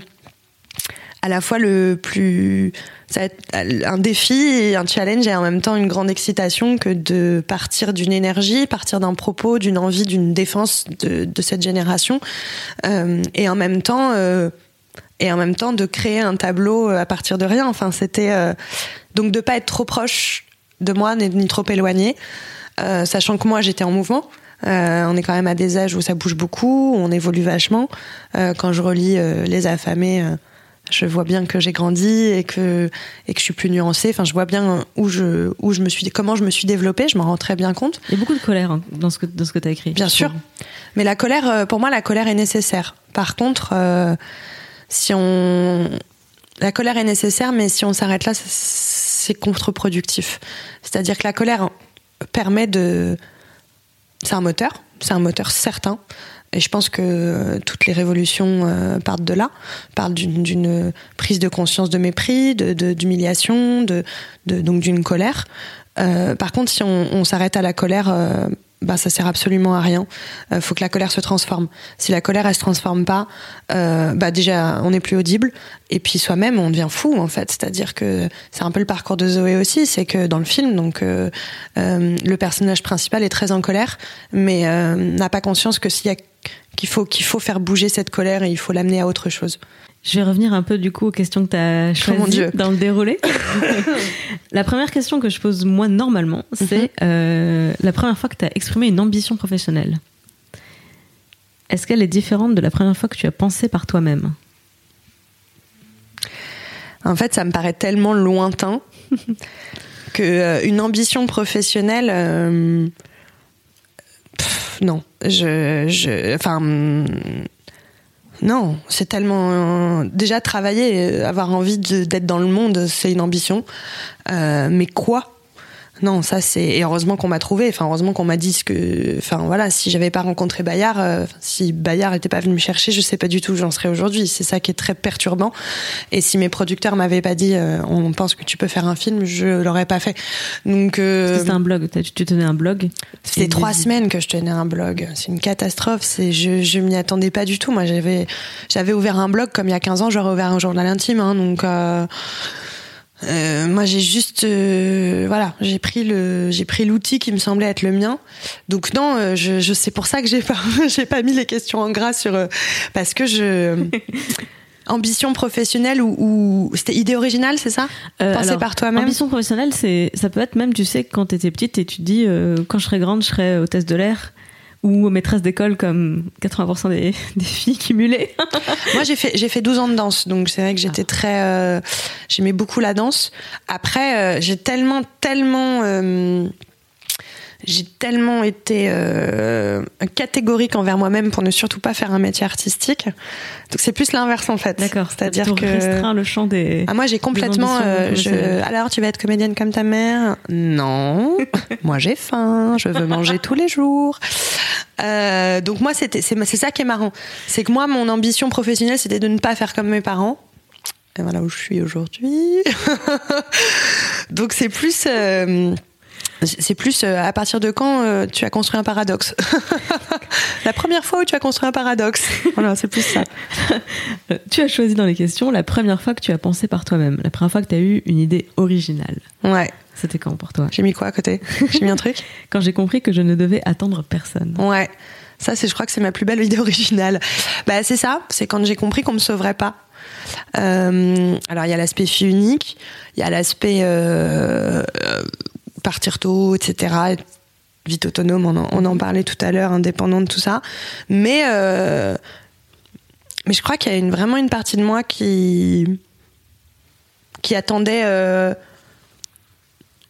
le plus, ça va être un défi et un challenge et en même temps une grande excitation que de partir d'une énergie, partir d'un propos, d'une envie, d'une défense de cette génération, et en même temps de créer un tableau à partir de rien. Enfin, c'était donc de pas être trop proche de moi ni trop éloigné, sachant que moi j'étais en mouvement. On est quand même à des âges où ça bouge beaucoup, où on évolue vachement. Quand je relis Les Affamés, je vois bien que j'ai grandi et que je suis plus nuancée. Enfin, je vois bien comment je me suis développée. Je m'en rends très bien compte. Il y a beaucoup de colère dans ce que tu as écrit. Bien sûr, mais la colère, pour moi, la colère est nécessaire. Par contre, la colère est nécessaire, mais si on s'arrête là, c'est contre-productif. C'est-à-dire que la colère permet c'est un moteur certain. Et je pense que toutes les révolutions partent de là, partent d'une prise de conscience de mépris, d'humiliation, donc d'une colère. Par contre, si on s'arrête à la colère, ça sert absolument à rien. Faut que la colère se transforme. Si la colère elle se transforme pas, déjà on n'est plus audible. Et puis soi-même on devient fou en fait. C'est-à-dire que c'est un peu le parcours de Zoé aussi. C'est que dans le film, donc le personnage principal est très en colère, mais n'a pas conscience que qu'il faut faire bouger cette colère et il faut l'amener à autre chose. Je vais revenir un peu du coup aux questions que tu as choisies dans le déroulé. La première question que je pose moi normalement, c'est la première fois que tu as exprimé une ambition professionnelle. Est-ce qu'elle est différente de la première fois que tu as pensé par toi-même ? En fait, ça me paraît tellement lointain que une ambition professionnelle, non. Non, c'est tellement déjà travailler, avoir envie d'être dans le monde, c'est une ambition. Mais quoi ? Non, ça c'est, et heureusement qu'on m'a trouvé. Enfin, heureusement qu'on m'a dit si j'avais pas rencontré Bayard, si Bayard était pas venu me chercher, je sais pas du tout où j'en serais aujourd'hui. C'est ça qui est très perturbant. Et si mes producteurs m'avaient pas dit, on pense que tu peux faire un film, je l'aurais pas fait. Donc c'était un blog. Tu tenais un blog. C'était 3 semaines que je tenais un blog. C'est une catastrophe. Je m'y attendais pas du tout. Moi, j'avais ouvert un blog comme il y a 15 ans, j'aurais ouvert un journal intime. Donc moi j'ai juste j'ai pris l'outil qui me semblait être le mien. Donc non, c'est pour ça que j'ai pas mis les questions en gras parce que ambition professionnelle ou c'était idée originale, c'est ça? Penser par toi-même. Ambition professionnelle, ça peut être même, tu sais, quand t'étais petite et tu te dis quand je serai grande, je serai hôtesse de l'air ou maîtresse d'école comme 80% des filles cumulées. Moi, j'ai fait 12 ans de danse, donc c'est vrai que j'étais j'aimais beaucoup la danse. Après, j'ai tellement été catégorique envers moi-même pour ne surtout pas faire un métier artistique. Donc c'est plus l'inverse en fait. D'accord. C'est-à-dire que restreint le champ des. Ah, moi j'ai complètement. Alors tu vas être comédienne comme ta mère ? Non. Moi j'ai faim. Je veux manger tous les jours. Donc moi c'est ça qui est marrant. C'est que moi mon ambition professionnelle c'était de ne pas faire comme mes parents. Et voilà où je suis aujourd'hui. Donc c'est plus. À partir de quand tu as construit un paradoxe. La première fois où tu as construit un paradoxe. Voilà, c'est plus ça. Tu as choisi dans les questions la première fois que tu as pensé par toi-même. La première fois que tu as eu une idée originale. Ouais. C'était quand pour toi ? J'ai mis quoi à côté ? J'ai mis un truc ? Quand j'ai compris que je ne devais attendre personne. Ouais. Ça, je crois que c'est ma plus belle idée originale. C'est ça. C'est quand j'ai compris qu'on me sauverait pas. Alors, il y a l'aspect fille unique. Il y a l'aspect... partir tôt, etc., vite autonome, on en parlait tout à l'heure, indépendant de tout ça. Mais je crois qu'il y a vraiment une partie de moi qui attendait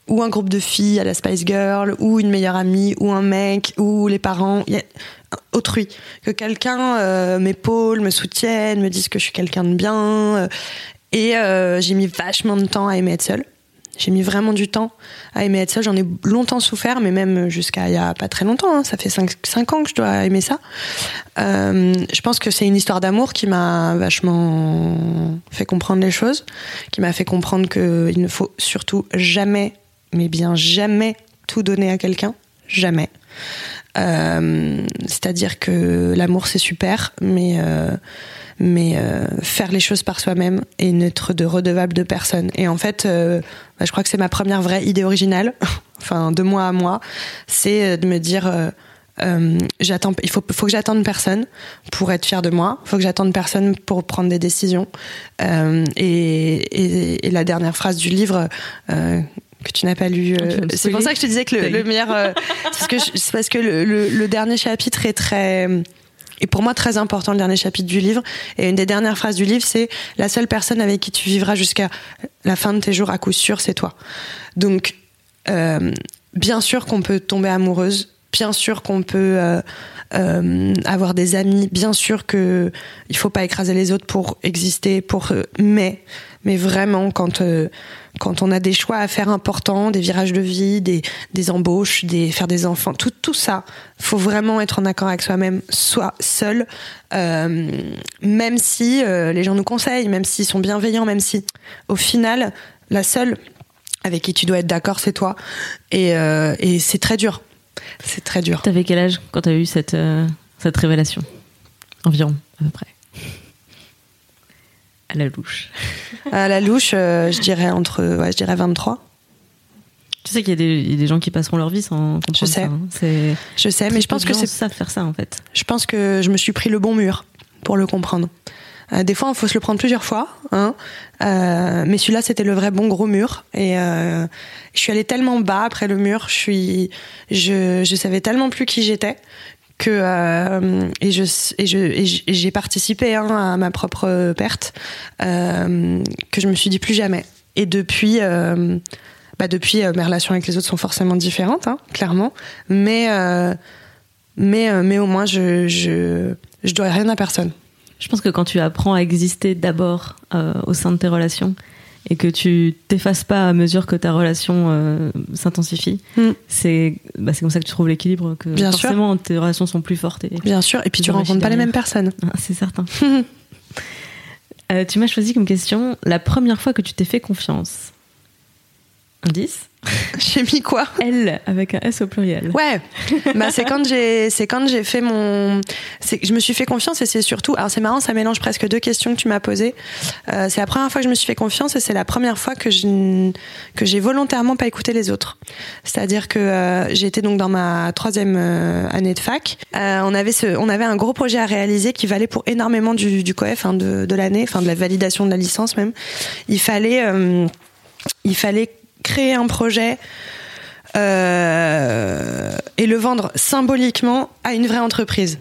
ou un groupe de filles à la Spice Girl, ou une meilleure amie, ou un mec, ou les parents, autrui. Que quelqu'un m'épaule, me soutienne, me dise que je suis quelqu'un de bien. Et j'ai mis vachement de temps à aimer être seule. J'ai mis vraiment du temps à aimer être seule. J'en ai longtemps souffert, mais même jusqu'à il y a pas très longtemps. Hein. Ça fait 5 ans que je dois aimer ça. Je pense que c'est une histoire d'amour qui m'a vachement fait comprendre les choses, qui m'a fait comprendre qu'il ne faut surtout jamais, mais bien jamais, tout donner à quelqu'un. Jamais. C'est-à-dire que l'amour, c'est super, mais faire les choses par soi-même et n'être redevable de personne. Et en fait, je crois que c'est ma première vraie idée originale, enfin de moi à moi, c'est de me dire il faut que j'attende personne pour être fière de moi, il faut que j'attende personne pour prendre des décisions. Et la dernière phrase du livre que tu n'as pas lu, c'est pour ça que je te disais que le meilleur, c'est parce que le dernier chapitre est très... Et pour moi, très important, le dernier chapitre du livre. Et une des dernières phrases du livre, c'est « La seule personne avec qui tu vivras jusqu'à la fin de tes jours, à coup sûr, c'est toi. » Donc, bien sûr qu'on peut tomber amoureuse, bien sûr qu'on peut avoir des amis, bien sûr qu'il ne faut pas écraser les autres pour exister, mais vraiment, quand on a des choix à faire importants, des virages de vie, des embauches, faire des enfants, tout ça, faut vraiment être en accord avec soi-même, soit seul, même si les gens nous conseillent, même s'ils sont bienveillants, même si, au final, la seule avec qui tu dois être d'accord, c'est toi. Et c'est très dur. C'est très dur. T'avais quel âge quand t'as eu cette révélation ? Environ, à peu près. À la louche. À la louche, je dirais 23. Tu sais qu'il y a des gens qui passeront leur vie sans comprendre ça. Je sais, mais je pense que c'est ça de faire ça en fait. Je pense que je me suis pris le bon mur pour le comprendre. Des fois, il faut se le prendre plusieurs fois, hein. Mais celui-là, c'était le vrai bon gros mur. Et je suis allée tellement bas après le mur, je savais tellement plus qui j'étais que j'ai participé à ma propre perte, que je me suis dit plus jamais. Et depuis mes relations avec les autres sont forcément différentes, hein, clairement. Mais au moins je dois rien à personne. Je pense que quand tu apprends à exister d'abord au sein de tes relations et que tu t'effaces pas à mesure que ta relation s'intensifie, c'est comme ça que tu trouves l'équilibre, que bien forcément sûr. Tes relations sont plus fortes. Bien sûr, et puis tu rencontres pas les mêmes personnes. Ah, c'est certain. Tu m'as choisi comme question la première fois que tu t'es fait confiance. Indice. J'ai mis quoi ? Elle, avec un S au pluriel. Ouais. C'est quand j'ai fait je me suis fait confiance et c'est surtout, alors c'est marrant, ça mélange presque deux questions que tu m'as posées. C'est la première fois que je me suis fait confiance et c'est la première fois que j'ai volontairement pas écouté les autres. C'est-à-dire que j'étais donc dans ma 3e année de fac. On avait un gros projet à réaliser qui valait pour énormément du COEF, hein, de l'année, enfin de la validation de la licence même. Il fallait créer un projet et le vendre symboliquement à une vraie entreprise.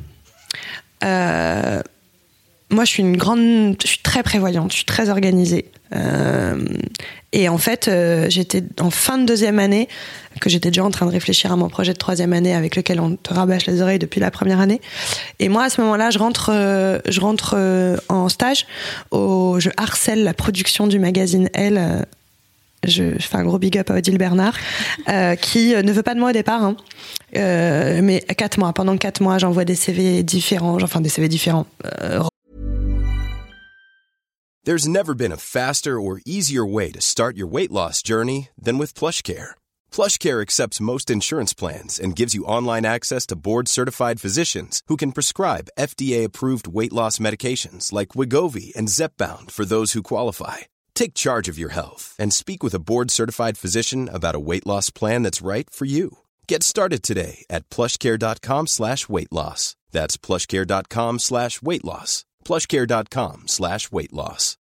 Moi, je suis très prévoyante, je suis très organisée. Et en fait, j'étais en fin de 2e année, que j'étais déjà en train de réfléchir à mon projet de 3e année avec lequel on te rabâche les oreilles depuis la première année. Et moi, à ce moment-là, je rentre en stage, je harcèle la production du magazine Elle. Je fais un gros big up à Odile Bernard, qui ne veut pas de moi au départ, hein. Mais 4 mois, pendant 4 mois, j'envoie des CV différents, There's never been a faster or easier way to start your weight loss journey than with PlushCare. PlushCare accepts most insurance plans and gives you online access to board-certified physicians who can prescribe FDA-approved weight loss medications like Wegovy and Zepbound for those who qualify. Take charge of your health and speak with a board-certified physician about a weight loss plan that's right for you. Get started today at plushcare.com/weightloss. That's plushcare.com/weightloss. plushcare.com/weightloss.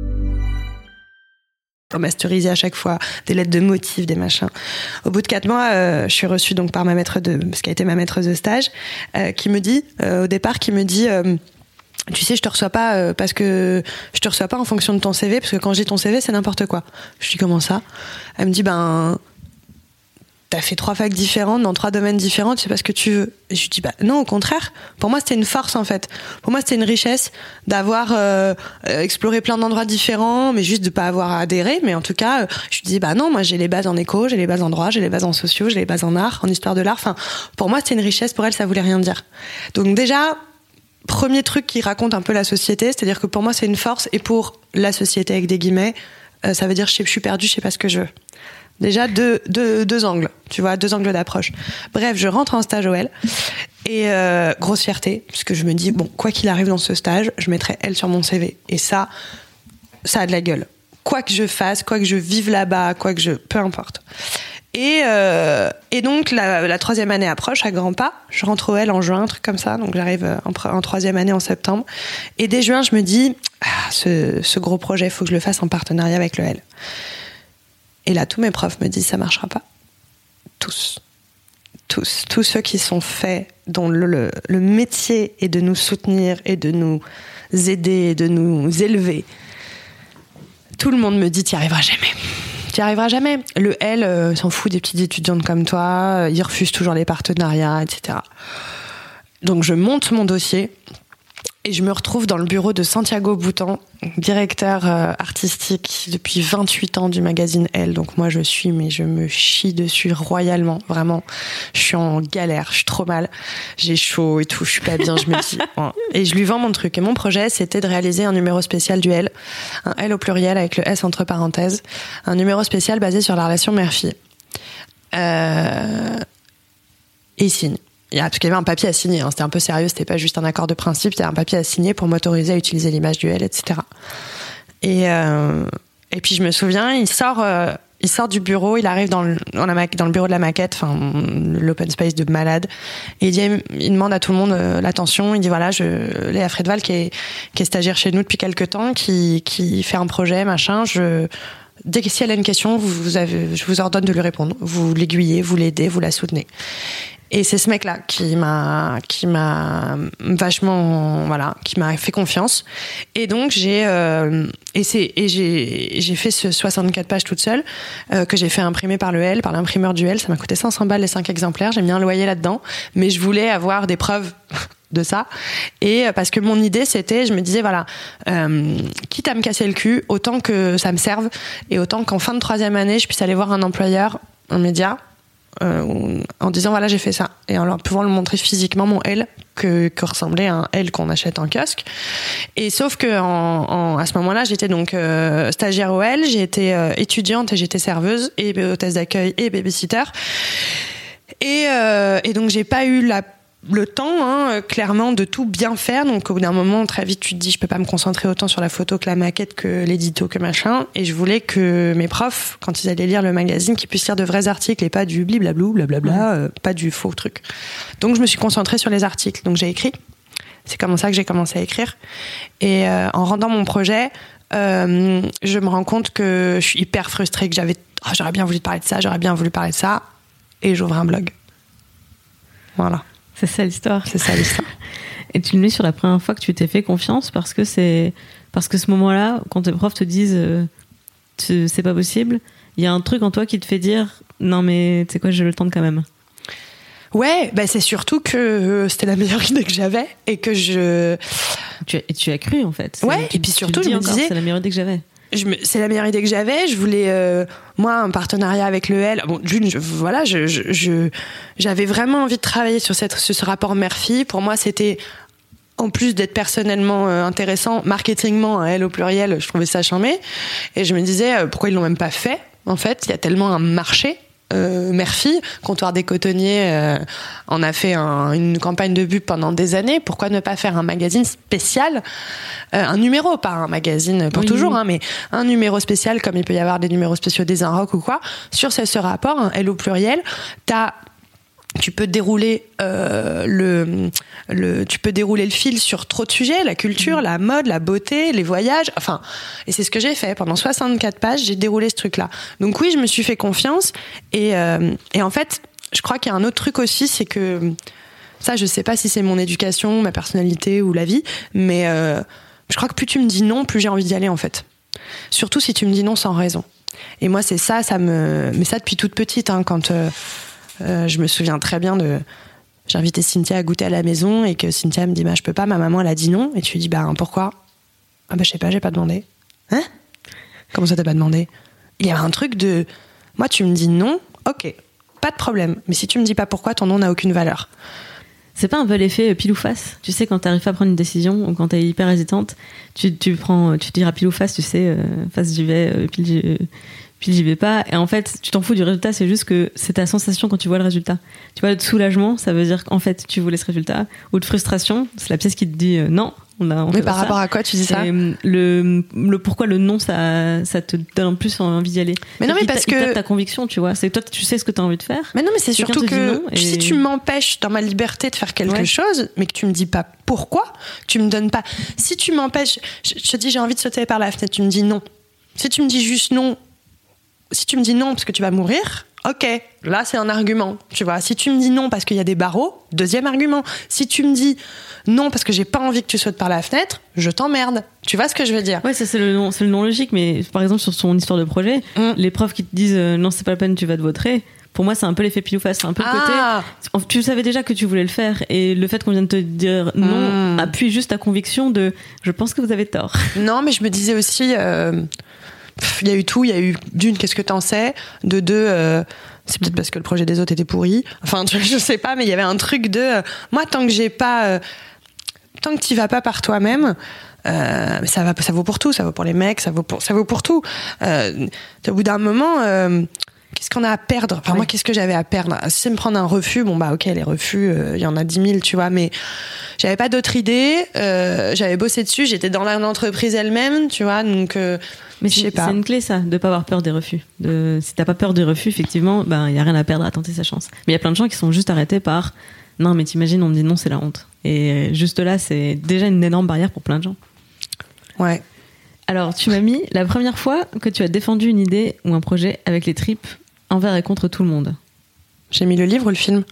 Masterisé à chaque fois, des lettres de motifs, des machins. Au bout de 4 mois, je suis reçue donc par ce qui a été ma maîtresse de stage, qui me dit, au départ, tu sais, je te reçois pas parce que je te reçois pas en fonction de ton CV, parce que quand j'ai ton CV, c'est n'importe quoi. Je dis comment ça ? Elle me dit t'as fait 3 facs différentes dans 3 domaines différents, tu sais pas ce que tu veux. Et je lui dis non, au contraire. Pour moi, c'était une force en fait. Pour moi, c'était une richesse d'avoir exploré plein d'endroits différents, mais juste de pas avoir à adhérer. Mais en tout cas, je lui dis non, moi j'ai les bases en éco, j'ai les bases en droit, j'ai les bases en sociaux, j'ai les bases en art, en histoire de l'art. Enfin, pour moi, c'était une richesse. Pour elle, ça voulait rien dire. Donc déjà, premier truc qui raconte un peu la société, c'est-à-dire que pour moi, c'est une force, et pour la société avec des guillemets, ça veut dire je suis perdue, je sais pas ce que je veux. Déjà, deux angles, tu vois, 2 angles d'approche. Bref, je rentre en stage OL et grosse fierté, puisque je me dis, bon, quoi qu'il arrive dans ce stage, je mettrai elle sur mon CV. Et ça a de la gueule. Quoi que je fasse, quoi que je vive là-bas, peu importe. Et donc, la 3e année approche à grands pas. Je rentre au L en juin, un truc comme ça. Donc, j'arrive en 3e année en septembre. Et dès juin, je me dis, ce gros projet, il faut que je le fasse en partenariat avec le L. Et là, tous mes profs me disent, ça marchera pas. Tous ceux qui sont faits, dont le métier est de nous soutenir et de nous aider et de nous élever. Tout le monde me dit, t'y arriveras jamais. Le L s'en fout des petites étudiantes comme toi, il refuse toujours les partenariats, etc. Donc je monte mon dossier et je me retrouve dans le bureau de Santiago Boutan, directeur artistique depuis 28 ans du magazine Elle. Donc moi je me chie dessus royalement, vraiment. Je suis en galère, je suis trop mal, j'ai chaud et tout, je suis pas bien, je me dis. Et je lui vends mon truc. Et mon projet, c'était de réaliser un numéro spécial du L, un L au pluriel avec le S entre parenthèses, un numéro spécial basé sur la relation mère-fille. Et il signe. Parce qu'il y avait un papier à signer, hein. C'était un peu sérieux, c'était pas juste un accord de principe, il y avait un papier à signer pour m'autoriser à utiliser l'image du L, etc. Et puis je me souviens, il sort du bureau, il arrive dans le bureau de la maquette, enfin l'open space de malade, et il demande à tout le monde l'attention. Il dit voilà, Léa Frédeval qui est stagiaire chez nous depuis quelques temps, qui fait un projet, machin. Dès que si elle a une question, je vous ordonne de lui répondre. Vous l'aiguillez, vous l'aidez, vous la soutenez. Et c'est ce mec-là qui m'a vachement, qui m'a fait confiance. Et donc j'ai fait ce 64 pages toute seule que j'ai fait imprimer par l'imprimeur du L. Ça m'a coûté 500 balles les 5 exemplaires. J'ai mis un loyer là-dedans, mais je voulais avoir des preuves de ça. Et parce que mon idée, c'était, je me disais quitte à me casser le cul, autant que ça me serve et autant qu'en fin de 3e année, je puisse aller voir un employeur, un média. En disant voilà, j'ai fait ça, et en pouvant le montrer physiquement, mon L que ressemblait à un L qu'on achète en kiosque. Et sauf que à ce moment-là, j'étais donc stagiaire au L, j'ai été étudiante et j'étais serveuse et hôtesse d'accueil et babysitter, et donc j'ai pas eu le temps, clairement, de tout bien faire. Donc au bout d'un moment, très vite, tu te dis je peux pas me concentrer autant sur la photo que la maquette, que l'édito, que machin. Et je voulais que mes profs, quand ils allaient lire le magazine, qu'ils puissent lire de vrais articles et pas du bliblablou, blablabla, pas du faux truc. Donc je me suis concentrée sur les articles. Donc j'ai écrit. C'est comme ça que j'ai commencé à écrire. Et en rendant mon projet, je me rends compte que je suis hyper frustrée, que j'aurais bien voulu parler de ça, et j'ouvre un blog. Voilà. C'est ça l'histoire. Et tu le mets sur la première fois que tu t'es fait confiance, parce que ce moment-là, quand tes profs te disent c'est pas possible, il y a un truc en toi qui te fait dire non mais tu sais quoi, je le tente quand même. Ouais, c'est surtout que c'était la meilleure idée que j'avais et que tu as cru en fait. Ouais, et puis surtout je me disais c'est la meilleure idée que j'avais. C'est la meilleure idée que j'avais. Je voulais, moi, un partenariat avec le L. Bon, j'avais vraiment envie de travailler sur ce rapport mère-fille. Pour moi, c'était, en plus d'être personnellement intéressant, marketingement, un L au pluriel, je trouvais ça charmé. Et je me disais, pourquoi ils l'ont même pas fait? En fait, il y a tellement un marché. Mère-fille, Comptoir des Cotonniers, on a fait une campagne de pub pendant des années. Pourquoi ne pas faire un magazine spécial, un numéro, pas un magazine pour toujours, mais un numéro spécial, comme il peut y avoir des numéros spéciaux des Inrock ou quoi, sur ce rapport, un L au pluriel. Tu peux dérouler le fil sur trop de sujets, la culture, la mode, la beauté, les voyages, et c'est ce que j'ai fait pendant 64 pages, j'ai déroulé ce truc-là. Donc oui, je me suis fait confiance, et en fait, je crois qu'il y a un autre truc aussi, c'est que ça, je sais pas si c'est mon éducation, ma personnalité ou la vie, mais je crois que plus tu me dis non, plus j'ai envie d'y aller en fait. Surtout si tu me dis non sans raison. Et moi, c'est ça mais ça depuis toute petite, hein, quand je me souviens très bien j'ai invité Cynthia à goûter à la maison et que Cynthia me dit je peux pas, ma maman elle a dit non, et tu lui dis pourquoi? Je sais pas, j'ai pas demandé. Hein? Comment ça t'as pas demandé? Il y a un truc de moi, tu me dis non, ok, pas de problème, mais si tu me dis pas pourquoi, ton non n'a aucune valeur. C'est pas un peu l'effet pile ou face? Tu sais, quand t'arrives pas à prendre une décision ou quand t'es hyper hésitante, tu diras pile ou face, tu sais, face j'y vais, pile j'y vais pas. Et en fait, tu t'en fous du résultat, c'est juste que c'est ta sensation quand tu vois le résultat. Tu vois, de soulagement, ça veut dire qu'en fait, tu voulais ce résultat. Ou de frustration, c'est la pièce qui te dit non. Mais par rapport à quoi tu dis ça? Le pourquoi le non, ça te donne plus envie d'y aller. Mais non, mais parce que ta conviction, tu vois, c'est toi, tu sais ce que t'as envie de faire. Mais non, mais c'est surtout que si tu m'empêches dans ma liberté de faire quelque chose, mais que tu me dis pas pourquoi, tu me donnes pas. Si tu m'empêches, je te dis j'ai envie de sauter par la fenêtre, tu me dis non. Si tu me dis juste non, si tu me dis non parce que tu vas mourir, ok, là c'est un argument, tu vois. Si tu me dis non parce qu'il y a des barreaux, deuxième argument. Si tu me dis non parce que j'ai pas envie que tu sautes par la fenêtre, je t'emmerde. Tu vois ce que je veux dire? Ouais, ça c'est le non logique, mais par exemple sur son histoire de projet, les profs qui te disent non c'est pas la peine, tu vas te vautrer. Pour moi, c'est un peu l'effet pile ou face. C'est un peu le côté. Tu savais déjà que tu voulais le faire, et le fait qu'on vienne de te dire non appuie juste ta conviction de je pense que vous avez tort. Non, mais je me disais aussi, il y a eu tout. Il y a eu d'une, qu'est-ce que t'en sais? De deux, c'est peut-être parce que le projet des autres était pourri. Enfin, je sais pas, mais il y avait un truc de moi, tant que t'y vas pas par toi-même, ça vaut pour tout. Ça vaut pour les mecs, ça vaut pour tout. Au bout d'un moment. Qu'est-ce qu'on a à perdre? Enfin, moi, qu'est-ce que j'avais à perdre? Si c'est me prendre un refus, ok, les refus, il y en a 10 000, tu vois, mais j'avais pas d'autre idée, j'avais bossé dessus, j'étais dans l'entreprise elle-même, tu vois, donc, mais je sais pas. C'est une clé, ça, de pas avoir peur des refus. Si t'as pas peur des refus, effectivement, y a rien à perdre à tenter sa chance. Mais il y a plein de gens qui sont juste arrêtés par, non, mais t'imagines, on me dit non, c'est la honte. Et juste là, c'est déjà une énorme barrière pour plein de gens. Ouais. Alors, tu m'as mis la première fois que tu as défendu une idée ou un projet avec les tripes envers et contre tout le monde. J'ai mis le livre ou le film?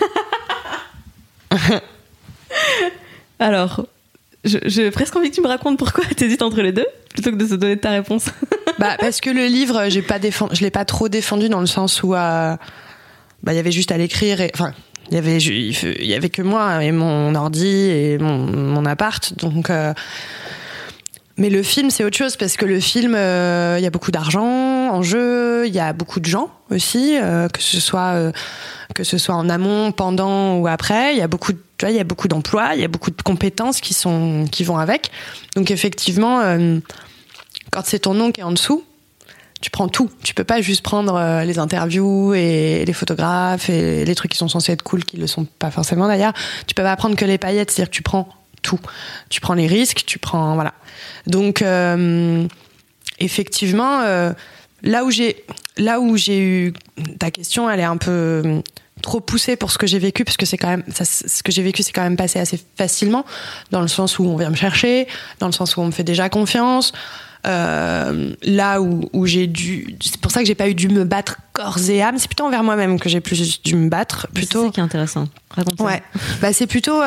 Alors, j'ai presque envie que tu me racontes pourquoi t'hésites entre les deux, plutôt que de se donner ta réponse. Parce que le livre, je l'ai pas trop défendu dans le sens où il y avait juste à l'écrire, enfin, il y avait que moi et mon ordi et mon appart, donc. Mais le film, c'est autre chose, parce que le film, il y a beaucoup d'argent en jeu, il y a beaucoup de gens aussi, que ce soit en amont, pendant ou après. Il y a beaucoup d'emplois, il y a beaucoup de compétences qui vont avec. Donc effectivement, quand c'est ton nom qui est en dessous, tu prends tout. Tu peux pas juste prendre les interviews et les photographes et les trucs qui sont censés être cool, qui le sont pas forcément d'ailleurs. Tu peux pas prendre que les paillettes, c'est-à-dire que tu prends tout. Tu prends les risques, voilà. Donc effectivement, là où j'ai eu ta question, elle est un peu trop poussée pour ce que j'ai vécu, parce que c'est quand même ce que j'ai vécu, c'est quand même passé assez facilement, dans le sens où on vient me chercher, dans le sens où on me fait déjà confiance. Là où j'ai c'est pour ça que j'ai pas eu dû me battre corps et âme, c'est plutôt envers moi-même que j'ai plus dû me battre. Plutôt. C'est ça qui est intéressant. Raconte ça. Ouais. C'est plutôt.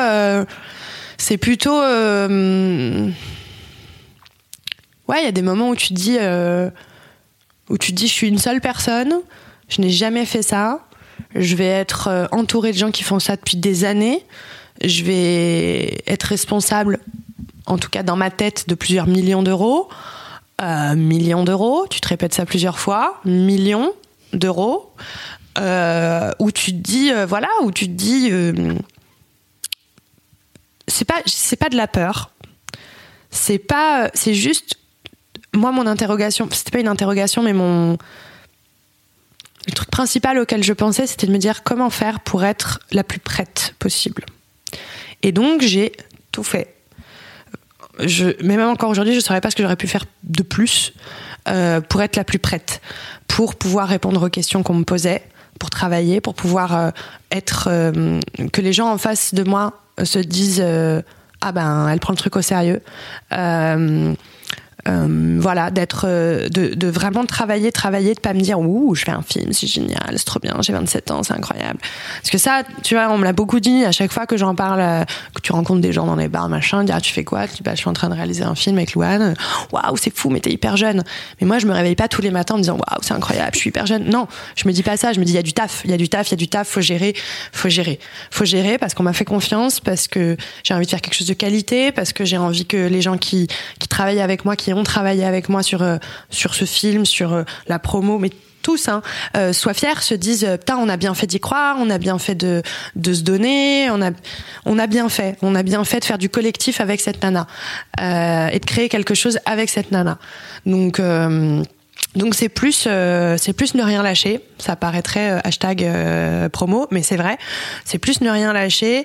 Ouais, il y a des moments où tu te dis, je suis une seule personne, je n'ai jamais fait ça, je vais être entourée de gens qui font ça depuis des années, je vais être responsable, en tout cas dans ma tête, de plusieurs millions d'euros. Millions d'euros, tu te répètes ça plusieurs fois, millions d'euros, où tu te dis, c'est pas de la peur, c'est juste, moi, mon interrogation, c'était pas une interrogation, mais le truc principal auquel je pensais, c'était de me dire comment faire pour être la plus prête possible. Et donc, j'ai tout fait. Mais même encore aujourd'hui, je ne saurais pas ce que j'aurais pu faire de plus pour être la plus prête, pour pouvoir répondre aux questions qu'on me posait, pour travailler, pour pouvoir que les gens en face de moi se disent elle prend le truc au sérieux. Voilà, de vraiment travailler, de pas me dire ouh, je fais un film, c'est génial, c'est trop bien, j'ai 27 ans, c'est incroyable. Parce que ça, tu vois, on me l'a beaucoup dit à chaque fois que j'en parle, que tu rencontres des gens dans les bars, machin, dire tu fais quoi? Tu dis je suis en train de réaliser un film avec Louane. Waouh, c'est fou, mais t'es hyper jeune. Mais moi, je me réveille pas tous les matins en me disant waouh, c'est incroyable, je suis hyper jeune. Non, je me dis pas ça, je me dis il y a du taf, faut gérer parce qu'on m'a fait confiance, parce que j'ai envie de faire quelque chose de qualité, parce que j'ai envie que les gens qui travaillent avec moi, qui ont travaillé avec moi sur ce film, sur la promo, mais tous soient fiers, se disent putain, on a bien fait d'y croire, on a bien fait de se donner, on a bien fait de faire du collectif avec cette nana et de créer quelque chose avec cette nana. Donc c'est plus ne rien lâcher. Ça paraîtrait hashtag promo, mais c'est vrai. C'est plus ne rien lâcher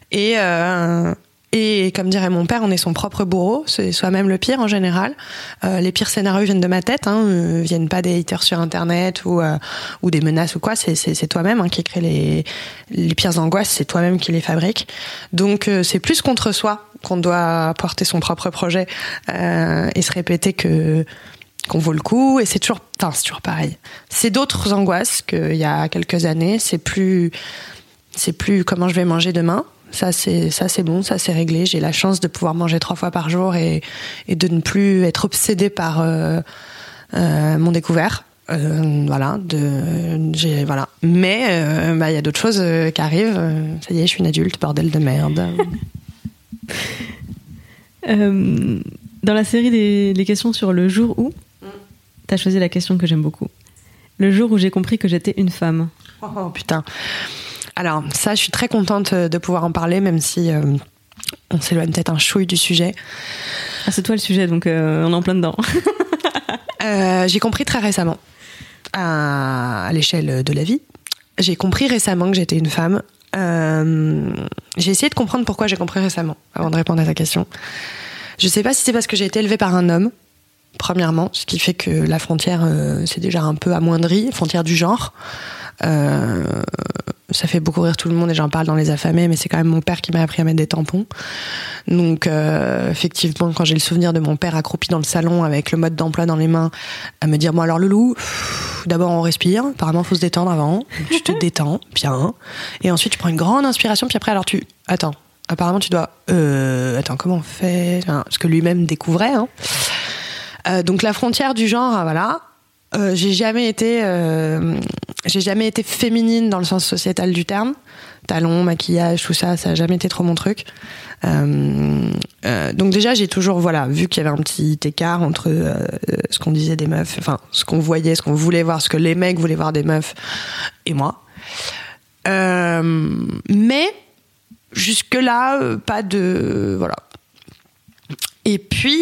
et comme dirait mon père, on est son propre bourreau. C'est soi-même le pire en général. Les pires scénarios viennent de ma tête, viennent pas des haters sur internet ou des menaces ou quoi. C'est toi-même qui crée les pires angoisses. C'est toi-même qui les fabrique. Donc c'est plus contre soi qu'on doit porter son propre projet et se répéter qu'on vaut le coup. Et c'est toujours pareil. C'est d'autres angoisses qu'il y a quelques années. C'est plus comment je vais manger demain. Ça c'est bon, ça c'est réglé. J'ai la chance de pouvoir manger 3 fois par jour et de ne plus être obsédée par mon découvert. Voilà. Mais il y a d'autres choses qui arrivent. Ça y est, je suis une adulte, bordel de merde. Dans la série des questions sur le jour où, t'as choisi la question que j'aime beaucoup. Le jour où j'ai compris que j'étais une femme. Oh putain. Alors ça, je suis très contente de pouvoir en parler, même si on s'éloigne peut-être un chouille du sujet. Ah, c'est toi le sujet, donc on est en plein dedans. J'ai compris très récemment, à l'échelle de la vie, j'ai compris récemment que j'étais une femme. J'ai essayé de comprendre pourquoi j'ai compris récemment, avant de répondre à ta question. Je sais pas si c'est parce que j'ai été élevée par un homme, premièrement, ce qui fait que la frontière c'est déjà un peu amoindrie, frontière du genre. Ça fait beaucoup rire tout le monde et j'en parle dans Les Affamés, mais c'est quand même mon père qui m'a appris à mettre des tampons. Donc effectivement, quand j'ai le souvenir de mon père accroupi dans le salon avec le mode d'emploi dans les mains, à me dire, bon alors Loulou, d'abord on respire, apparemment faut se détendre avant, tu te détends, bien, et ensuite tu prends une grande inspiration, puis après alors attends, apparemment tu dois, attends, comment on fait, ce que lui-même découvrait, donc la frontière du genre, voilà. J'ai jamais été féminine dans le sens sociétal du terme. Talons, maquillage, tout ça, ça a jamais été trop mon truc. Donc déjà, j'ai toujours, vu qu'il y avait un petit écart entre ce qu'on disait des meufs, enfin, ce qu'on voyait, ce qu'on voulait voir, ce que les mecs voulaient voir des meufs, et moi. Mais jusque-là, pas de, voilà. Et puis,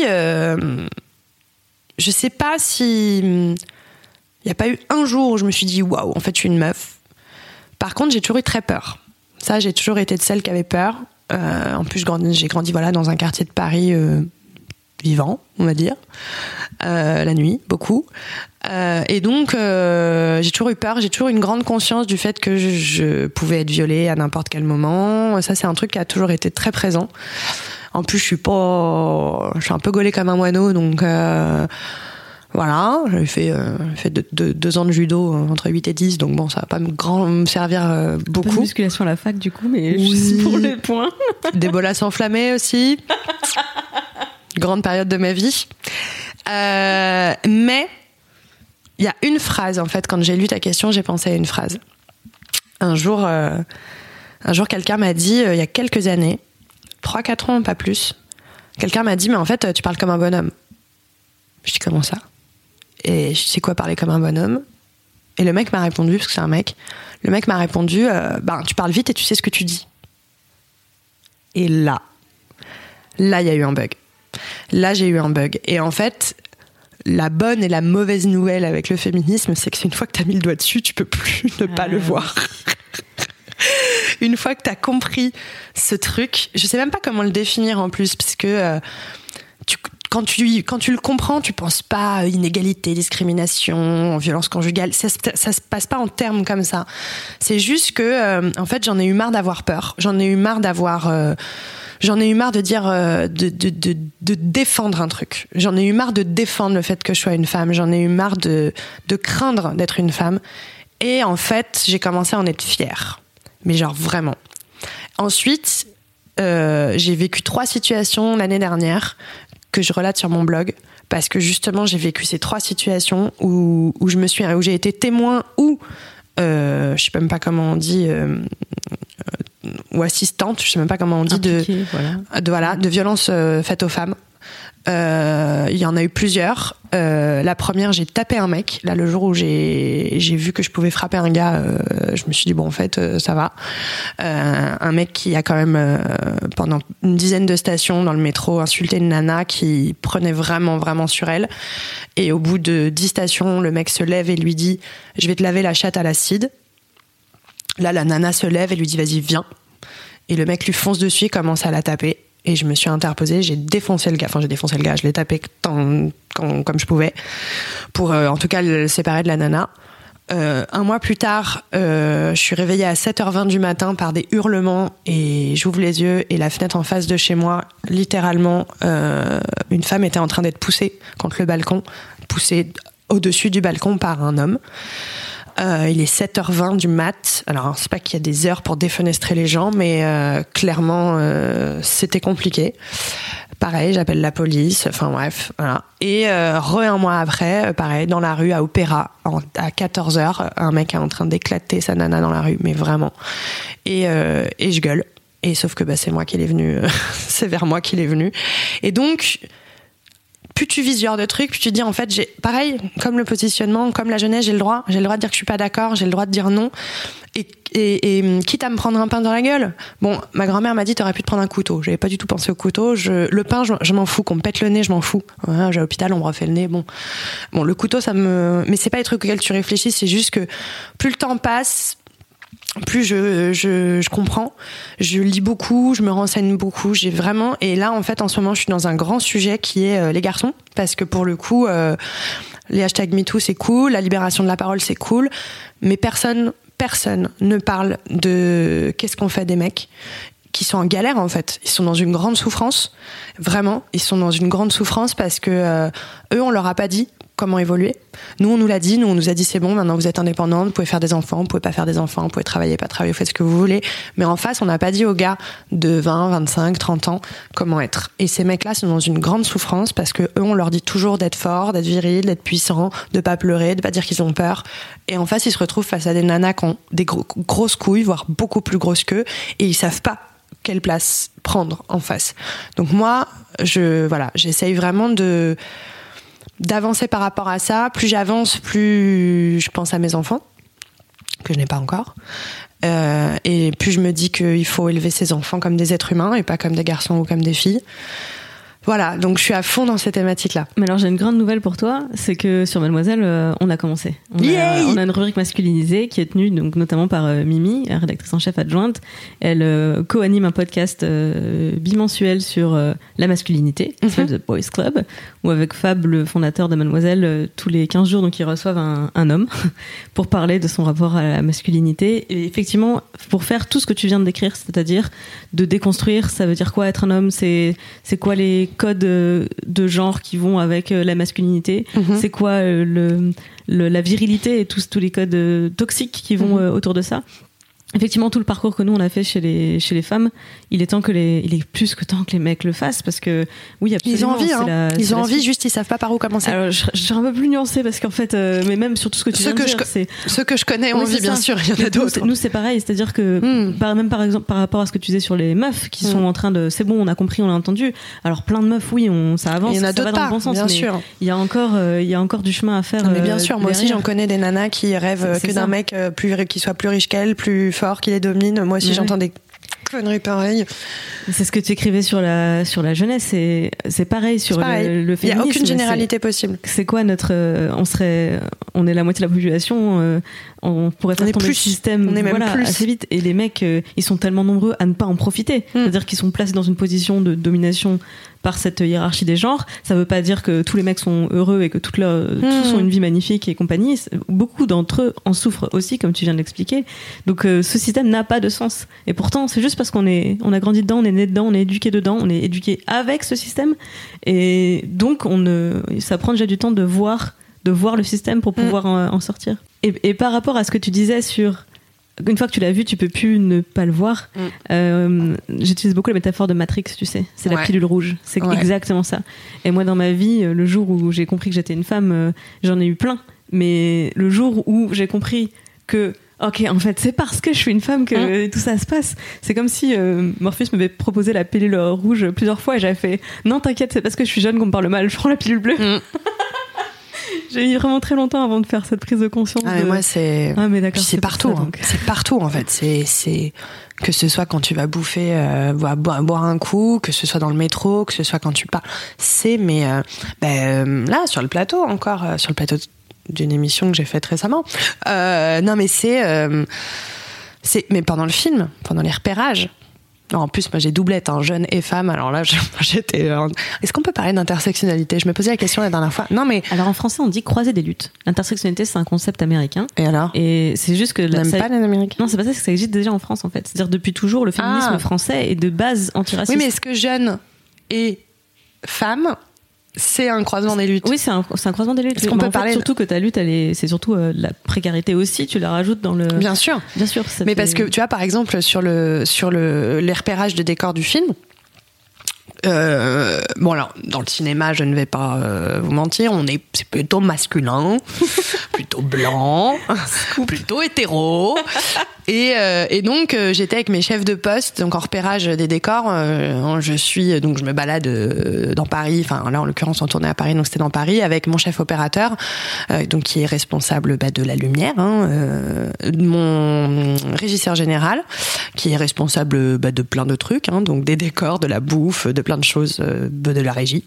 je sais pas si il n'y a pas eu un jour où je me suis dit waouh, en fait je suis une meuf. Par contre, j'ai toujours eu très peur. Ça, j'ai toujours été de celle qui avait peur. En plus, j'ai grandi dans un quartier de Paris vivant, on va dire, la nuit, beaucoup. Et donc, j'ai toujours eu peur. J'ai toujours eu une grande conscience du fait que je pouvais être violée à n'importe quel moment. Ça, c'est un truc qui a toujours été très présent. En plus, je suis un peu gaulée comme un moineau, donc voilà. J'avais fait 2 ans de judo entre 8 et 10, donc bon, ça va pas me servir beaucoup. Pas de musculation à la fac du coup, mais juste pour les points. Des bolasses enflammées aussi. Grande période de ma vie. Mais il y a une phrase, en fait, quand j'ai lu ta question, j'ai pensé à une phrase. Un jour, quelqu'un m'a dit, il y a quelques années, 3-4 ans, pas plus, quelqu'un m'a dit, mais en fait, tu parles comme un bonhomme. Je dis, comment ça? Et je sais quoi parler comme un bonhomme? Et le mec m'a répondu, parce que c'est un mec, le mec m'a répondu, tu parles vite et tu sais ce que tu dis. Et là, il y a eu un bug. Là, j'ai eu un bug. Et en fait, la bonne et la mauvaise nouvelle avec le féminisme, c'est que une fois que t'as mis le doigt dessus, tu peux plus ne pas le voir. Une fois que t'as compris ce truc, je sais même pas comment le définir en plus, parce que quand tu le comprends, tu penses pas à inégalité, discrimination, violence conjugale. Ça se passe pas en termes comme ça. C'est juste que, en fait, j'en ai eu marre d'avoir peur. J'en ai eu marre d'avoir j'en ai eu marre de dire, de défendre un truc. J'en ai eu marre de défendre le fait que je sois une femme. J'en ai eu marre de craindre d'être une femme. Et en fait, j'ai commencé à en être fière. Mais genre vraiment. Ensuite, j'ai vécu 3 situations l'année dernière que je relate sur mon blog. Parce que justement, j'ai vécu ces 3 situations où j'ai été témoin ou, je sais même pas comment on dit, ou assistante, je sais même pas comment on dit, de violences faites aux femmes. Il y en a eu plusieurs. La première, j'ai tapé un mec. Là, le jour où j'ai vu que je pouvais frapper un gars, je me suis dit bon, en fait, ça va. Un mec qui a quand même pendant une dizaine de stations dans le métro insulté une nana qui prenait vraiment, vraiment sur elle. Et au bout de 10 stations, le mec se lève et lui dit « Je vais te laver la chatte à l'acide ». Là, la nana se lève et lui dit « Vas-y, viens ». Et le mec lui fonce dessus et commence à la taper. Et je me suis interposée, j'ai défoncé le gars, je l'ai tapé comme je pouvais, pour en tout cas le séparer de la nana. 1 mois plus tard, je suis réveillée à 7h20 du matin par des hurlements et j'ouvre les yeux et la fenêtre en face de chez moi, littéralement, une femme était en train d'être poussée contre le balcon, poussée au-dessus du balcon par un homme. Il est 7h20 du mat. Alors, c'est pas qu'il y a des heures pour défenestrer les gens, mais clairement, c'était compliqué. Pareil, j'appelle la police. Enfin bref, voilà. Et 1 mois après, pareil, dans la rue à Opéra, à 14h, un mec est en train d'éclater sa nana dans la rue, mais vraiment. Et je gueule. Et sauf que c'est moi qui l'ai venu. C'est vers moi qu'il est venu. Et donc, plus tu vises ce genre de trucs, plus tu dis en fait, pareil, comme le positionnement, comme la jeunesse, j'ai le droit de dire que je suis pas d'accord, j'ai le droit de dire non, et quitte à me prendre un pain dans la gueule. Bon, ma grand-mère m'a dit t'aurais pu te prendre un couteau. J'avais pas du tout pensé au couteau. Le pain, je m'en fous. Qu'on me pète le nez, je m'en fous. Voilà, j'ai à l'hôpital, on me refait le nez. Bon, le couteau, mais c'est pas les trucs auxquels tu réfléchis. C'est juste que plus le temps passe, plus je comprends, je lis beaucoup, je me renseigne beaucoup, et là en fait en ce moment je suis dans un grand sujet qui est les garçons, parce que pour le coup les hashtags MeToo c'est cool, la libération de la parole c'est cool, mais personne ne parle de qu'est-ce qu'on fait des mecs qui sont en galère en fait, ils sont dans une grande souffrance, vraiment, ils sont dans une grande souffrance parce que eux on leur a pas dit comment évoluer. Nous, on nous l'a dit, on nous a dit c'est bon, maintenant vous êtes indépendante, vous pouvez faire des enfants, vous pouvez pas faire des enfants, vous pouvez travailler, pas travailler, vous faites ce que vous voulez. Mais en face, on n'a pas dit aux gars de 20, 25, 30 ans comment être. Et ces mecs-là sont dans une grande souffrance parce que eux, on leur dit toujours d'être forts, d'être virils, d'être puissants, de pas pleurer, de pas dire qu'ils ont peur. Et en face, ils se retrouvent face à des nanas qui ont des grosses couilles, voire beaucoup plus grosses qu'eux, et ils savent pas quelle place prendre en face. Donc moi, j'essaye vraiment d'avancer par rapport à ça. Plus j'avance, plus je pense à mes enfants, que je n'ai pas encore. Et plus je me dis qu'il faut élever ses enfants comme des êtres humains et pas comme des garçons ou comme des filles. Voilà, donc je suis à fond dans ces thématiques-là. Mais alors j'ai une grande nouvelle pour toi, c'est que sur Mademoiselle, on a commencé. On a une rubrique masculinisée qui est tenue donc notamment par Mimi, rédactrice en chef adjointe. Elle co-anime un podcast bimensuel sur la masculinité, qui s'appelle The Boys Club, où avec Fab, le fondateur de Mademoiselle, tous les 15 jours, donc ils reçoivent un homme pour parler de son rapport à la masculinité. Et effectivement, pour faire tout ce que tu viens de décrire, c'est-à-dire de déconstruire, ça veut dire quoi être un homme, c'est quoi les codes de genre qui vont avec la masculinité, c'est quoi la virilité et tous les codes toxiques qui vont autour de ça. Effectivement, tout le parcours que nous on a fait chez les femmes, il est plus que temps que les mecs le fassent, parce que oui, absolument, ils ont envie, juste ils savent pas par où commencer. Alors je suis un peu plus nuancée parce qu'en fait, mais même sur tout ce que tu viens de dire, ceux que je connais ont envie, bien sûr, il y en a d'autres. Nous c'est pareil, c'est-à-dire que même par exemple par rapport à ce que tu disais sur les meufs qui sont en train de, c'est bon, on a compris, on a entendu. Alors plein de meufs, oui, ça avance, il y en a d'autres, ça va dans le bon sens, bien sûr. Il y a encore du chemin à faire. Mais bien sûr, moi aussi j'en connais des nanas qui rêvent que d'un mec qui soit plus riche qu'elle, plus fort, qui les domine. Moi aussi j'entends des conneries pareilles. C'est ce que tu écrivais sur la jeunesse, c'est pareil sur le féminisme. Il n'y a aucune généralité possible. C'est quoi on est la moitié de la population, on pourrait faire tomber le système assez vite, et les mecs ils sont tellement nombreux à ne pas en profiter, c'est-à-dire qu'ils sont placés dans une position de domination par cette hiérarchie des genres. Ça veut pas dire que tous les mecs sont heureux et que tous ont une vie magnifique et compagnie. Beaucoup d'entre eux en souffrent aussi, comme tu viens de l'expliquer. Donc ce système n'a pas de sens. Et pourtant, c'est juste parce qu'on a grandi dedans, on est né dedans, on est éduqué dedans, on est éduqué avec ce système. Et donc ça prend déjà du temps de voir le système pour pouvoir en sortir. Et par rapport à ce que tu disais sur une fois que tu l'as vu, tu peux plus ne pas le voir. J'utilise beaucoup la métaphore de Matrix, tu sais. C'est la pilule rouge. C'est exactement ça. Et moi, dans ma vie, le jour où j'ai compris que j'étais une femme, j'en ai eu plein. Mais le jour où j'ai compris que, ok, en fait, c'est parce que je suis une femme que tout ça se passe. C'est comme si Morpheus m'avait proposé la pilule rouge plusieurs fois et j'avais fait, non, t'inquiète, c'est parce que je suis jeune qu'on me parle mal, je prends la pilule bleue. J'ai mis vraiment très longtemps avant de faire cette prise de conscience. Mais moi, c'est. Ah, mais d'accord. C'est partout. Ça, c'est partout, en fait. C'est que ce soit quand tu vas bouffer, boire un coup, que ce soit dans le métro, que ce soit quand tu pars. Là, sur le plateau, encore, sur le plateau d'une émission que j'ai faite récemment. Non, mais mais pendant le film, pendant les repérages. En plus, moi, j'ai doublette, jeune et femme. Alors là, j'étais. Est-ce qu'on peut parler d'intersectionnalité ? Je me posais la question la dernière fois. Non, mais. Alors en français, on dit croiser des luttes. L'intersectionnalité, c'est un concept américain. Et alors ? Et c'est juste que. N'aime pas les Américains ? Non, c'est pas ça, c'est que ça existe déjà en France, en fait. C'est-à-dire depuis toujours, le féminisme français est de base antiraciste. Oui, mais est-ce que jeune et femme, c'est un croisement des luttes ? Oui, c'est un croisement des luttes. Est-ce qu'on peut parler surtout que ta lutte, c'est surtout la précarité aussi. Tu la rajoutes dans le. Bien sûr. Mais parce que tu vois, par exemple, sur les repérages de décors du film. Bon, alors dans le cinéma, je ne vais pas vous mentir, c'est plutôt masculin, plutôt blanc, plutôt hétéro. Et donc j'étais avec mes chefs de poste, donc en repérage des décors. Je me balade dans Paris. Enfin là, en l'occurrence, on tournait à Paris, donc c'était dans Paris avec mon chef opérateur, donc qui est responsable de la lumière, mon régisseur général, qui est responsable de plein de trucs, donc des décors, de la bouffe, de plein de choses, de la régie.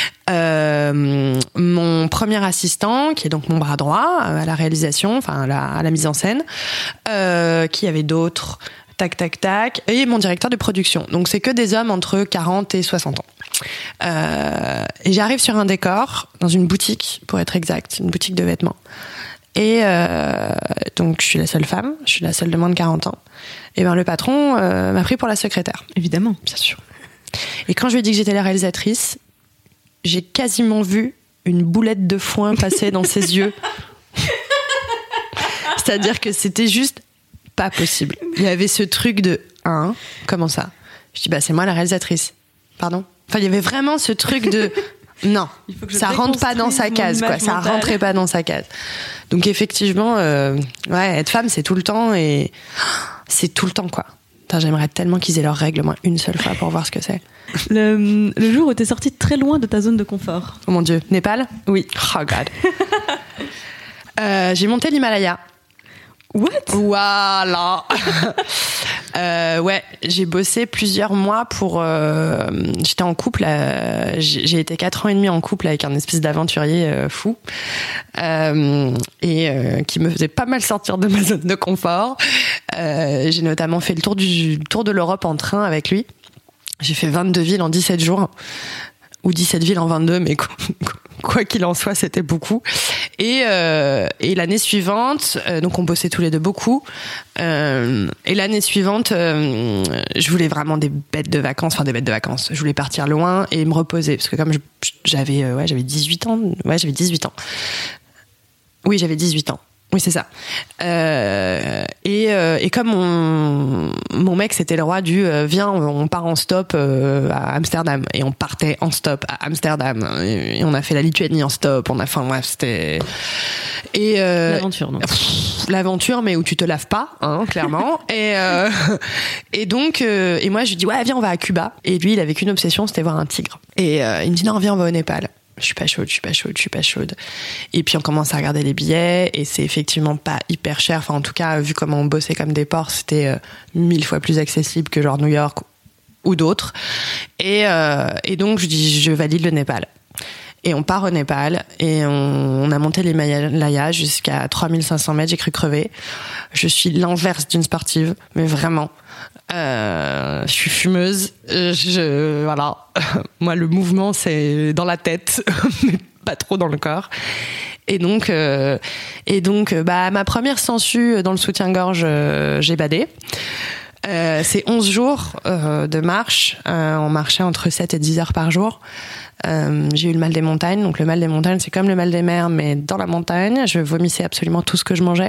Mon premier assistant, qui est donc mon bras droit à la réalisation, enfin à la mise en scène, qui avait d'autres, tac, et mon directeur de production. Donc c'est que des hommes entre 40 et 60 ans. Et j'arrive sur un décor, dans une boutique, pour être exact, une boutique de vêtements. Et donc je suis la seule femme, je suis la seule de moins de 40 ans. Et le patron m'a pris pour la secrétaire. Évidemment. Bien sûr. Et quand je lui ai dit que j'étais la réalisatrice, j'ai quasiment vu une boulette de foin passer dans ses yeux. C'est-à-dire que c'était juste pas possible. Il y avait ce truc de comment ça ? Je dis c'est moi la réalisatrice. Pardon ? Enfin, il y avait vraiment ce truc de non, ça rentre pas dans sa case, quoi. Ça rentrait pas dans sa case. Donc effectivement, être femme, c'est tout le temps et c'est tout le temps, quoi. Putain, j'aimerais tellement qu'ils aient leurs règles au moins une seule fois pour voir ce que c'est. Le jour où t'es sortie très loin de ta zone de confort. Oh mon Dieu, Népal ? Oui. Oh God. J'ai monté l'Himalaya. What ? Voilà. J'ai bossé plusieurs mois pour. J'étais en couple. J'ai été 4 ans et demi en couple avec un espèce d'aventurier fou qui me faisait pas mal sortir de ma zone de confort. J'ai notamment fait le tour de l'Europe en train avec lui. J'ai fait 22 villes en 17 jours. Ou 17 villes en 22, mais quoi qu'il en soit, c'était beaucoup. Et l'année suivante, donc on bossait tous les deux beaucoup. Et l'année suivante, je voulais vraiment des bêtes de vacances. Je voulais partir loin et me reposer. Parce que comme j'avais 18 ans. Ouais, j'avais 18 ans. Oui, j'avais 18 ans. Oui, c'est ça. Et comme mon mec, c'était le roi du viens, on part en stop à Amsterdam. Et on partait en stop à Amsterdam. Et on a fait la Lituanie en stop. C'était... L'aventure, non ? L'aventure, mais où tu te laves pas, clairement. Et donc, moi, je lui dis, ouais, viens, on va à Cuba. Et lui, il avait qu'une obsession, c'était voir un tigre. Et il me dit, non, viens, on va au Népal. Je suis pas chaude. Et puis on commence à regarder les billets et c'est effectivement pas hyper cher. Enfin, en tout cas, vu comment on bossait comme des ports, c'était 1000 fois plus accessible que genre New York ou d'autres. Et donc je dis, je valide le Népal. Et on part au Népal et on a monté l'Himalaya jusqu'à 3500 mètres. J'ai cru crever. Je suis l'inverse d'une sportive, mais vraiment. Je suis fumeuse. Voilà. Moi, le mouvement, c'est dans la tête, mais pas trop dans le corps. Et donc, ma première sangsue dans le soutien-gorge, j'ai badé. C'est 11 jours de marche. On marchait entre 7 et 10 heures par jour. J'ai eu le mal des montagnes. Donc le mal des montagnes, c'est comme le mal des mers, mais dans la montagne. Je vomissais absolument tout ce que je mangeais.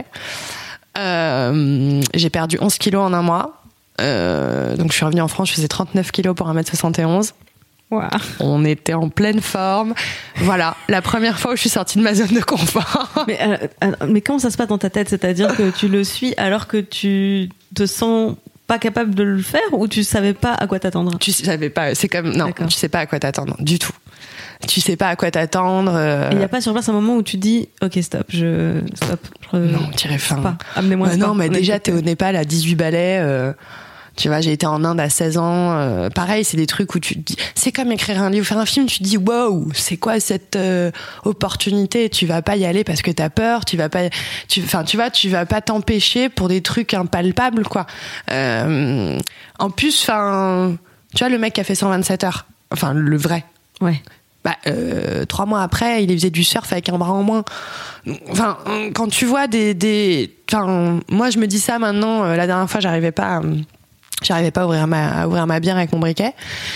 J'ai perdu 11 kilos en un mois. Donc je suis revenue en France, je faisais 39 kilos pour 1m71. Wow. On était en pleine forme. Voilà, la première fois où je suis sortie de ma zone de confort. Mais comment ça se passe dans ta tête ? C'est-à-dire que tu le suis alors que tu te sens pas capable de le faire, ou tu savais pas à quoi t'attendre ? Tu savais pas, c'est comme... Non, D'accord. Tu sais pas à quoi t'attendre, du tout. Tu sais pas à quoi t'attendre. Il y a pas sur place un moment où tu dis ok, stop. Non, tirer fin. Amenez-moi ça. Non, mais déjà t'es au Népal à 18 balais. Tu vois, j'ai été en Inde à 16 ans. Pareil, c'est des trucs où tu te dis... C'est comme écrire un livre, faire un film, tu te dis wow, c'est quoi cette opportunité ? Tu vas pas y aller parce que t'as peur, tu vas pas t'empêcher pour des trucs impalpables, quoi. En plus, tu vois, le mec qui a fait 127 heures, enfin, le vrai. Ouais. 3 mois après, il faisait du surf avec un bras en moins. Enfin, quand tu vois moi, je me dis ça maintenant. La dernière fois, j'arrivais pas à ouvrir ma bière avec mon briquet.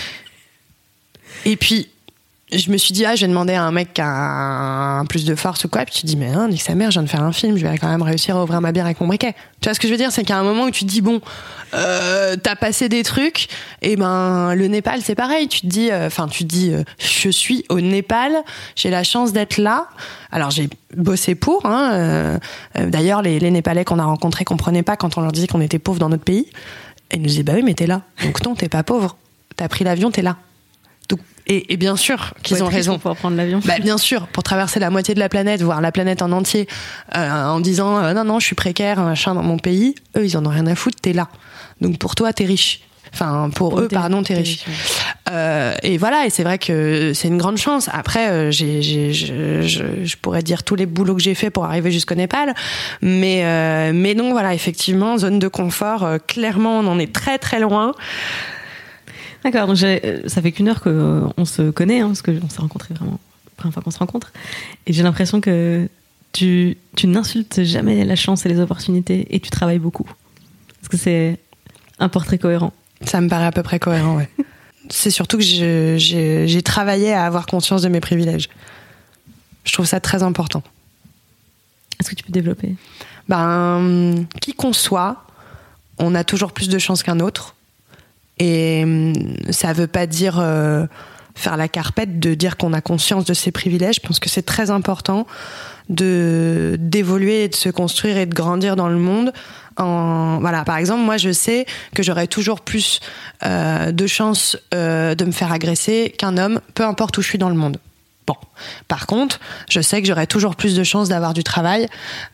Et puis, je me suis dit, je vais demander à un mec qui a un plus de force ou quoi. Puis tu te dis, mais nique sa mère, je viens de faire un film, je vais quand même réussir à ouvrir ma bière avec mon briquet. Tu vois ce que je veux dire ? C'est qu'il y a un moment où tu te dis, t'as passé des trucs, et le Népal, c'est pareil. Tu te dis, je suis au Népal, j'ai la chance d'être là. Alors, j'ai bossé pour. D'ailleurs, les Népalais qu'on a rencontrés comprenaient pas quand on leur disait qu'on était pauvres dans notre pays. Et ils nous disaient, bah oui, mais t'es là. Donc non, t'es pas pauvre. T'as pris l'avion, t'es là. Donc, et bien sûr qu'ils ont raison. Pour prendre l'avion. Bien sûr, pour traverser la moitié de la planète, voir la planète en entier, en disant non, je suis précaire, machin, dans mon pays. Eux, ils en ont rien à foutre, t'es là. Donc pour toi, t'es riche. Enfin, pour eux, t'es riche. Et voilà, et c'est vrai que c'est une grande chance. Après, je pourrais dire tous les boulots que j'ai fait pour arriver jusqu'au Népal, mais donc voilà, effectivement, zone de confort, clairement, on en est très très loin. D'accord, donc ça fait qu'une heure qu'on se connaît, parce qu'on s'est rencontrés vraiment la première fois qu'on se rencontre, et j'ai l'impression que tu n'insultes jamais la chance et les opportunités, et tu travailles beaucoup. Est-ce que c'est un portrait cohérent ? Ça me paraît à peu près cohérent, ouais. C'est surtout que j'ai travaillé à avoir conscience de mes privilèges. Je trouve ça très important. Est-ce que tu peux développer ? Qui qu'on soit, on a toujours plus de chance qu'un autre. Et ça veut pas dire faire la carpette, de dire qu'on a conscience de ses privilèges. Je pense que c'est très important d'évoluer et de se construire et de grandir dans le monde. Voilà, par exemple, moi je sais que j'aurais toujours plus de chances de me faire agresser qu'un homme, peu importe où je suis dans le monde. Bon, par contre, je sais que j'aurais toujours plus de chances d'avoir du travail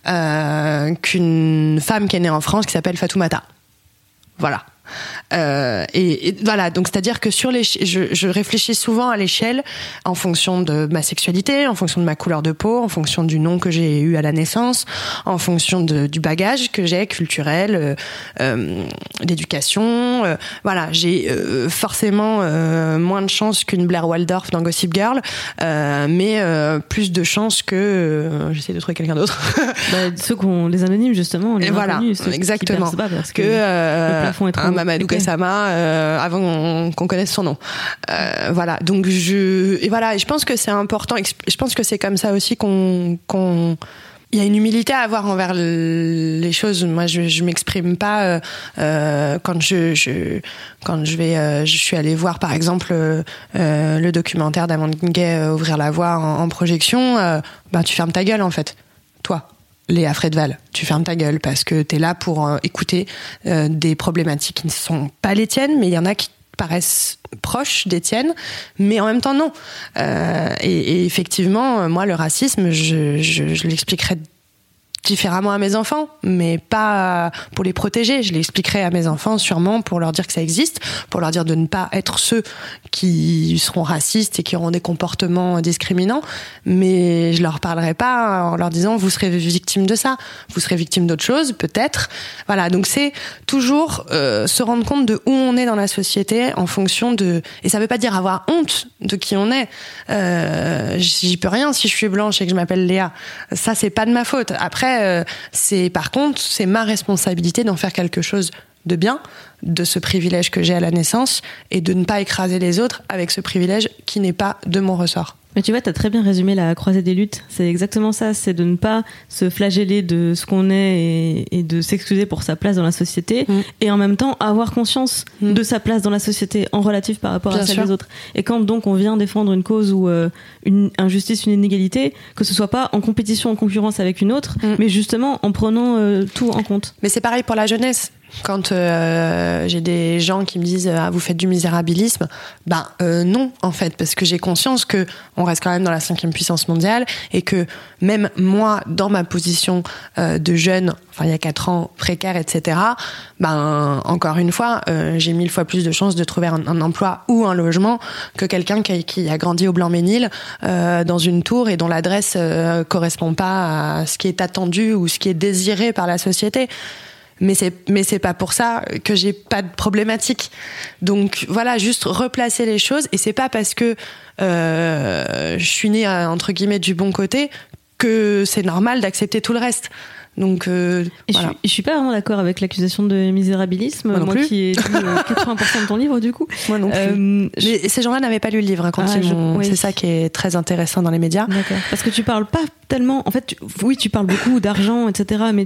qu'une femme qui est née en France qui s'appelle Fatoumata. Voilà. Et voilà, donc c'est-à-dire que je réfléchis souvent à l'échelle en fonction de ma sexualité, en fonction de ma couleur de peau, en fonction du nom que j'ai eu à la naissance, en fonction du bagage que j'ai culturel, d'éducation. Voilà, j'ai forcément moins de chance qu'une Blair Waldorf dans Gossip Girl, mais plus de chance que j'essaie de trouver quelqu'un d'autre. Ceux qui ont les anonymes justement, les inconnus, ceux exactement, qui percent pas parce que le plafond est trop Mamadou Gassama avant qu'on connaisse son nom. Voilà. Donc et je pense que c'est important. Je pense que c'est comme ça aussi il y a une humilité à avoir envers les choses. Moi, je m'exprime pas quand je suis allée voir, par exemple, le documentaire d'Amandine Gay, Ouvrir la voie en projection. Tu fermes ta gueule, en fait. Toi, Léa Fredval, tu fermes ta gueule parce que t'es là pour écouter des problématiques qui ne sont pas les tiennes, mais il y en a qui paraissent proches des tiennes, mais en même temps non. Et effectivement, moi, le racisme, je l'expliquerai différemment à mes enfants, mais pas pour les protéger. Je l'expliquerai à mes enfants sûrement pour leur dire que ça existe, pour leur dire de ne pas être ceux qui seront racistes et qui auront des comportements discriminants, mais je leur parlerai pas en leur disant vous serez victime de ça, vous serez victime d'autre chose, peut-être. Voilà, donc c'est toujours se rendre compte de où on est dans la société en fonction de... Et ça veut pas dire avoir honte de qui on est. J'y peux rien si je suis blanche et que je m'appelle Léa. Ça, c'est pas de ma faute. Après, par contre, c'est ma responsabilité d'en faire quelque chose de bien, de ce privilège que j'ai à la naissance, et de ne pas écraser les autres avec ce privilège qui n'est pas de mon ressort. Mais tu vois, t'as très bien résumé la croisée des luttes. C'est exactement ça, c'est de ne pas se flageller de ce qu'on est et de s'excuser pour sa place dans la société, et en même temps avoir conscience de sa place dans la société en relatif par rapport à celle des autres. Et quand donc on vient défendre une cause ou une injustice, une inégalité, que ce soit pas en compétition, en concurrence avec une autre, mais justement en prenant tout en compte. Mais c'est pareil pour la jeunesse. Quand j'ai des gens qui me disent vous faites du misérabilisme, non en fait, parce que j'ai conscience que on reste quand même dans la 5e puissance mondiale et que même moi, dans ma position de jeune, enfin il y a 4 ans, précaire, etc. Encore une fois, j'ai 1000 fois plus de chances de trouver un emploi ou un logement que quelqu'un qui a grandi au Blanc-Ménil dans une tour et dont l'adresse correspond pas à ce qui est attendu ou ce qui est désiré par la société. Mais c'est pas pour ça que j'ai pas de problématique. Donc voilà, juste replacer les choses, et c'est pas parce que je suis née entre guillemets du bon côté que c'est normal d'accepter tout le reste. Donc voilà. Je suis pas vraiment d'accord avec l'accusation de misérabilisme, moi qui ai lu 80% de ton livre du coup. Moi non plus. Ces gens-là n'avaient pas lu le livre quand c'est ça qui est très intéressant dans les médias. D'accord. Parce que tu parles pas tellement, en fait, tu parles beaucoup d'argent, etc. Mais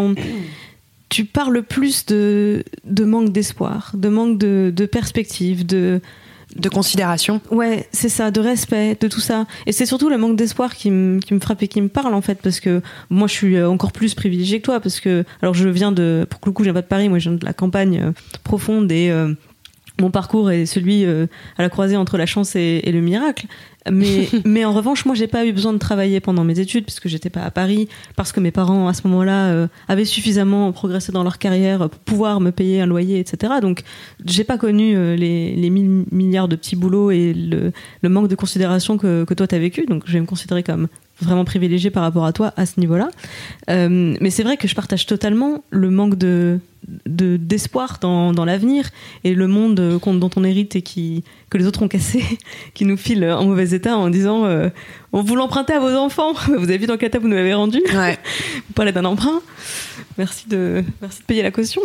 tu parles plus de manque d'espoir, de manque de perspective, de considération. Ouais, c'est ça, de respect, de tout ça. Et c'est surtout le manque d'espoir qui me frappe et qui me parle en fait, parce que moi je suis encore plus privilégiée que toi, parce que alors pour le coup je viens pas de Paris, moi je viens de la campagne profonde, et mon parcours est celui à la croisée entre la chance et le miracle. Mais en revanche, moi, j'ai pas eu besoin de travailler pendant mes études, parce que j'étais pas à Paris, parce que mes parents, à ce moment-là, avaient suffisamment progressé dans leur carrière pour pouvoir me payer un loyer, etc. Donc, j'ai pas connu les 1000 milliards de petits boulots et le manque de considération que toi t'as vécu. Donc, je vais me considérer comme vraiment privilégiée par rapport à toi à ce niveau-là. Mais c'est vrai que je partage totalement le manque d'espoir dans l'avenir, et le monde dont on hérite et que les autres ont cassé, qui nous file en mauvais état en disant on vous l'empruntez à vos enfants, vous avez vu dans quel état vous nous l'avez rendu. Ouais. Vous parlez d'un emprunt, merci de payer la caution.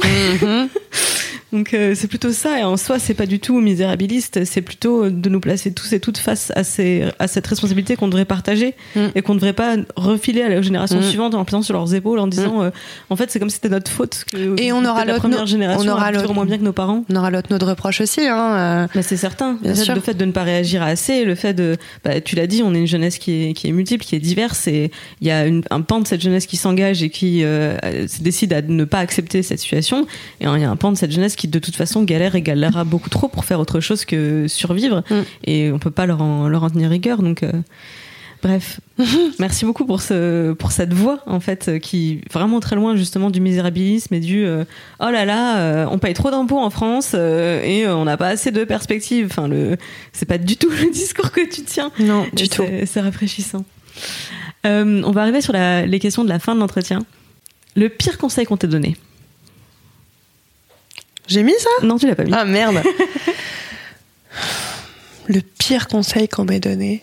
Donc c'est plutôt ça, et en soi c'est pas du tout misérabiliste, c'est plutôt de nous placer tous et toutes face à cette responsabilité qu'on devrait partager, et qu'on ne devrait pas refiler à la génération suivante en plaçant sur leurs épaules en disant en fait c'est comme si c'était notre faute et on aura la première génération a toujours moins bien que nos parents. On aura l'autre reproche aussi c'est certain, le fait de ne pas réagir assez, le fait de tu l'as dit, on est une jeunesse qui est multiple, qui est diverse, et il y a un pan de cette jeunesse qui s'engage et qui décide à ne pas accepter cette situation, et il y a un pan de cette jeunesse qui de toute façon galérera beaucoup trop pour faire autre chose que survivre, et on peut pas leur en tenir rigueur. Donc bref, merci beaucoup pour cette voix en fait, qui vraiment très loin justement du misérabilisme et du oh là là, on paye trop d'impôts en France et on n'a pas assez de perspectives. Enfin c'est pas du tout le discours que tu tiens. Non, du tout. C'est rafraîchissant. On va arriver sur les questions de la fin de l'entretien. Le pire conseil qu'on t'ait donné. J'ai mis ça ? Non, tu l'as pas mis. Ah merde. Le pire conseil qu'on m'ait donné.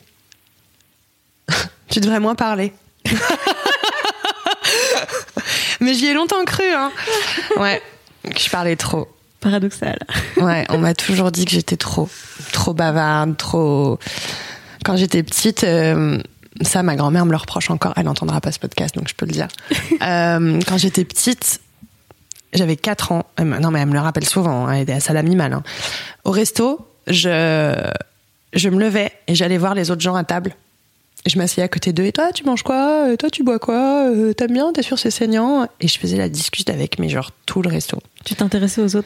Tu devrais moins parler. Mais j'y ai longtemps cru, hein. Ouais, je parlais trop. Paradoxal. Ouais, on m'a toujours dit que j'étais trop bavarde, trop. Quand j'étais petite, ça, ma grand-mère me le reproche encore. Elle n'entendra pas ce podcast, donc je peux le dire. Quand j'étais petite. J'avais 4 ans. Non, mais elle me le rappelle souvent. Ça l'a mis mal. Hein. Au resto, je me levais et j'allais voir les autres gens à table. Et je m'asseyais à côté d'eux. Et toi, tu manges quoi ? Toi, tu bois quoi ? T'aimes bien ? T'es sûr c'est saignant ? Et je faisais la discute avec, mais genre, tout le resto. Tu t'intéressais aux autres ?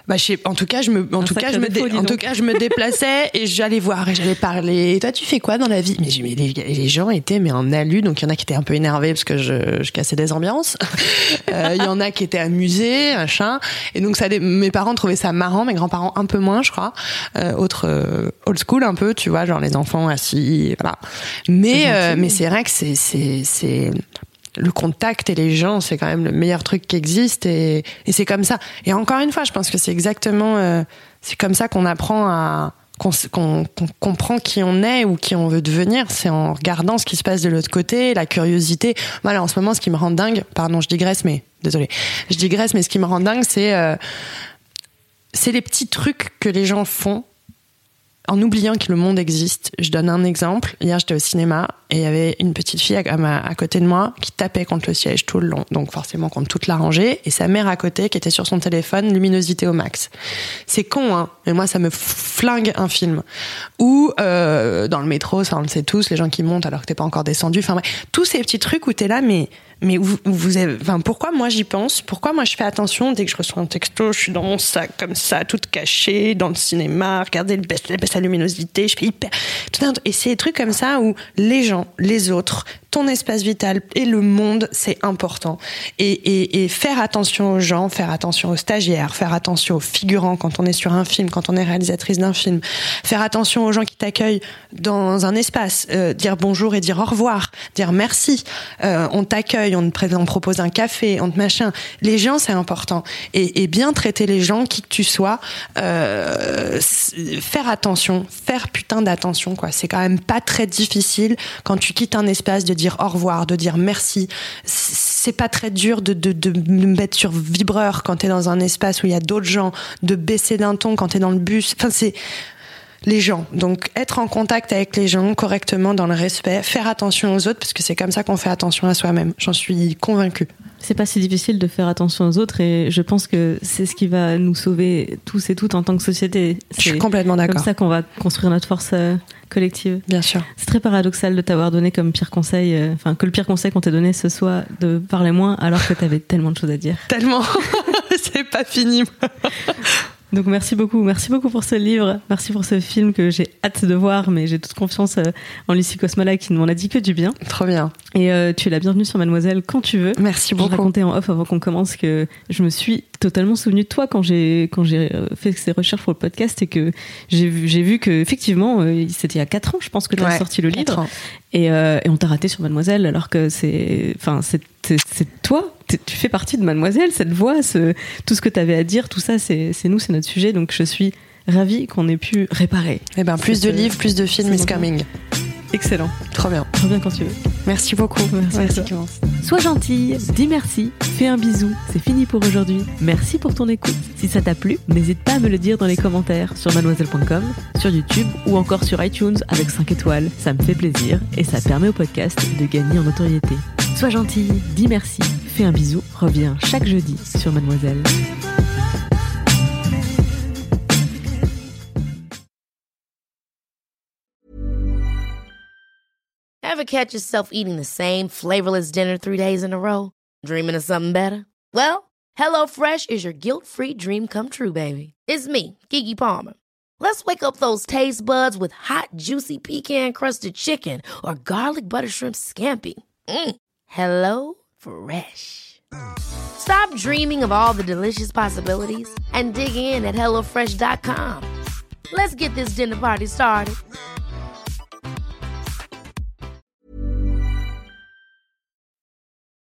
En tout cas, je me déplaçais et j'allais voir et j'allais parler. Et toi, tu fais quoi dans la vie? Mais les gens étaient en alu, donc il y en a qui étaient un peu énervés parce que je cassais des ambiances. Il y en a qui étaient amusés, machin. Et donc mes parents trouvaient ça marrant, mes grands-parents un peu moins, je crois. Old school un peu, tu vois, genre les enfants assis, voilà. Mais c'est vrai que c'est le contact et les gens, c'est quand même le meilleur truc qui existe et c'est comme ça. Et encore une fois, je pense que c'est exactement, c'est comme ça qu'on apprend qu'on comprend qui on est ou qui on veut devenir. C'est en regardant ce qui se passe de l'autre côté, la curiosité. Voilà, en ce moment, ce qui me rend dingue, pardon, je digresse, mais ce qui me rend dingue, c'est les petits trucs que les gens font en oubliant que le monde existe. Je donne un exemple. Hier, j'étais au cinéma et il y avait une petite fille à côté de moi qui tapait contre le siège tout le long, donc forcément contre toute la rangée, et sa mère à côté qui était sur son téléphone, luminosité au max. C'est con, hein, mais moi, ça me flingue un film. Ou dans le métro, ça on le sait tous, les gens qui montent alors que t'es pas encore descendu. Enfin, bref, tous ces petits trucs où t'es là, mais pourquoi moi j'y pense? Pourquoi moi je fais attention dès que je reçois un texto, je suis dans mon sac comme ça, toute cachée, dans le cinéma, regardez la luminosité, je fais hyper... Et c'est des trucs comme ça où les gens, les autres, ton espace vital et le monde, c'est important. Et faire attention aux gens, faire attention aux stagiaires, faire attention aux figurants quand on est sur un film, quand on est réalisatrice d'un film, faire attention aux gens qui t'accueillent dans un espace, dire bonjour et dire au revoir, dire merci, on t'accueille, on te propose un café, on te machin. Les gens, c'est important. Et bien traiter les gens, qui que tu sois, faire attention, faire putain d'attention, quoi. C'est quand même pas très difficile quand tu quittes un espace de dire au revoir, de dire merci. C'est pas très dur de me mettre sur vibreur quand t'es dans un espace où il y a d'autres gens, de baisser d'un ton quand t'es dans le bus. Enfin, c'est les gens. Donc, être en contact avec les gens correctement, dans le respect, faire attention aux autres, parce que c'est comme ça qu'on fait attention à soi-même. J'en suis convaincue. C'est pas si difficile de faire attention aux autres et je pense que c'est ce qui va nous sauver tous et toutes en tant que société. Je suis complètement d'accord. C'est comme ça qu'on va construire notre force collective. Bien sûr. C'est très paradoxal de t'avoir donné comme pire conseil, que le pire conseil qu'on t'ait donné ce soit de parler moins alors que t'avais tellement de choses à dire. Tellement. C'est pas fini. Donc merci beaucoup pour ce livre, merci pour ce film que j'ai hâte de voir, mais j'ai toute confiance en Lucie Kosmala qui ne m'en a dit que du bien. Trop bien. Et tu es la bienvenue sur Mademoiselle quand tu veux. Merci beaucoup. Je racontais en off avant qu'on commence que je me suis totalement souvenue de toi quand j'ai fait ces recherches pour le podcast et que j'ai vu que effectivement c'était il y a 4 ans, je pense que tu as sorti le livre. Et on t'a raté sur Mademoiselle alors que c'est toi. Tu fais partie de Mademoiselle, cette voix, tout ce que tu avais à dire, tout ça, c'est nous, c'est notre sujet. Donc je suis ravie qu'on ait pu réparer. Eh ben, plus de livres, plus de films is coming. Excellent. Trop bien. Reviens quand tu veux. Merci beaucoup. Merci Clémence. Sois gentille, dis merci, fais un bisou. C'est fini pour aujourd'hui. Merci pour ton écoute. Si ça t'a plu, n'hésite pas à me le dire dans les commentaires sur mademoiselle.com, sur YouTube ou encore sur iTunes avec 5 étoiles. Ça me fait plaisir et ça permet au podcast de gagner en notoriété. Sois gentille, dis merci, fais un bisou. Reviens chaque jeudi sur Mademoiselle. Ever catch yourself eating the same flavorless dinner 3 days in a row? Dreaming of something better? Well, HelloFresh is your guilt-free dream come true, baby. It's me, Keke Palmer. Let's wake up those taste buds with hot, juicy pecan-crusted chicken or garlic butter shrimp scampi. Hello Fresh. Stop dreaming of all the delicious possibilities and dig in at HelloFresh.com. Let's get this dinner party started.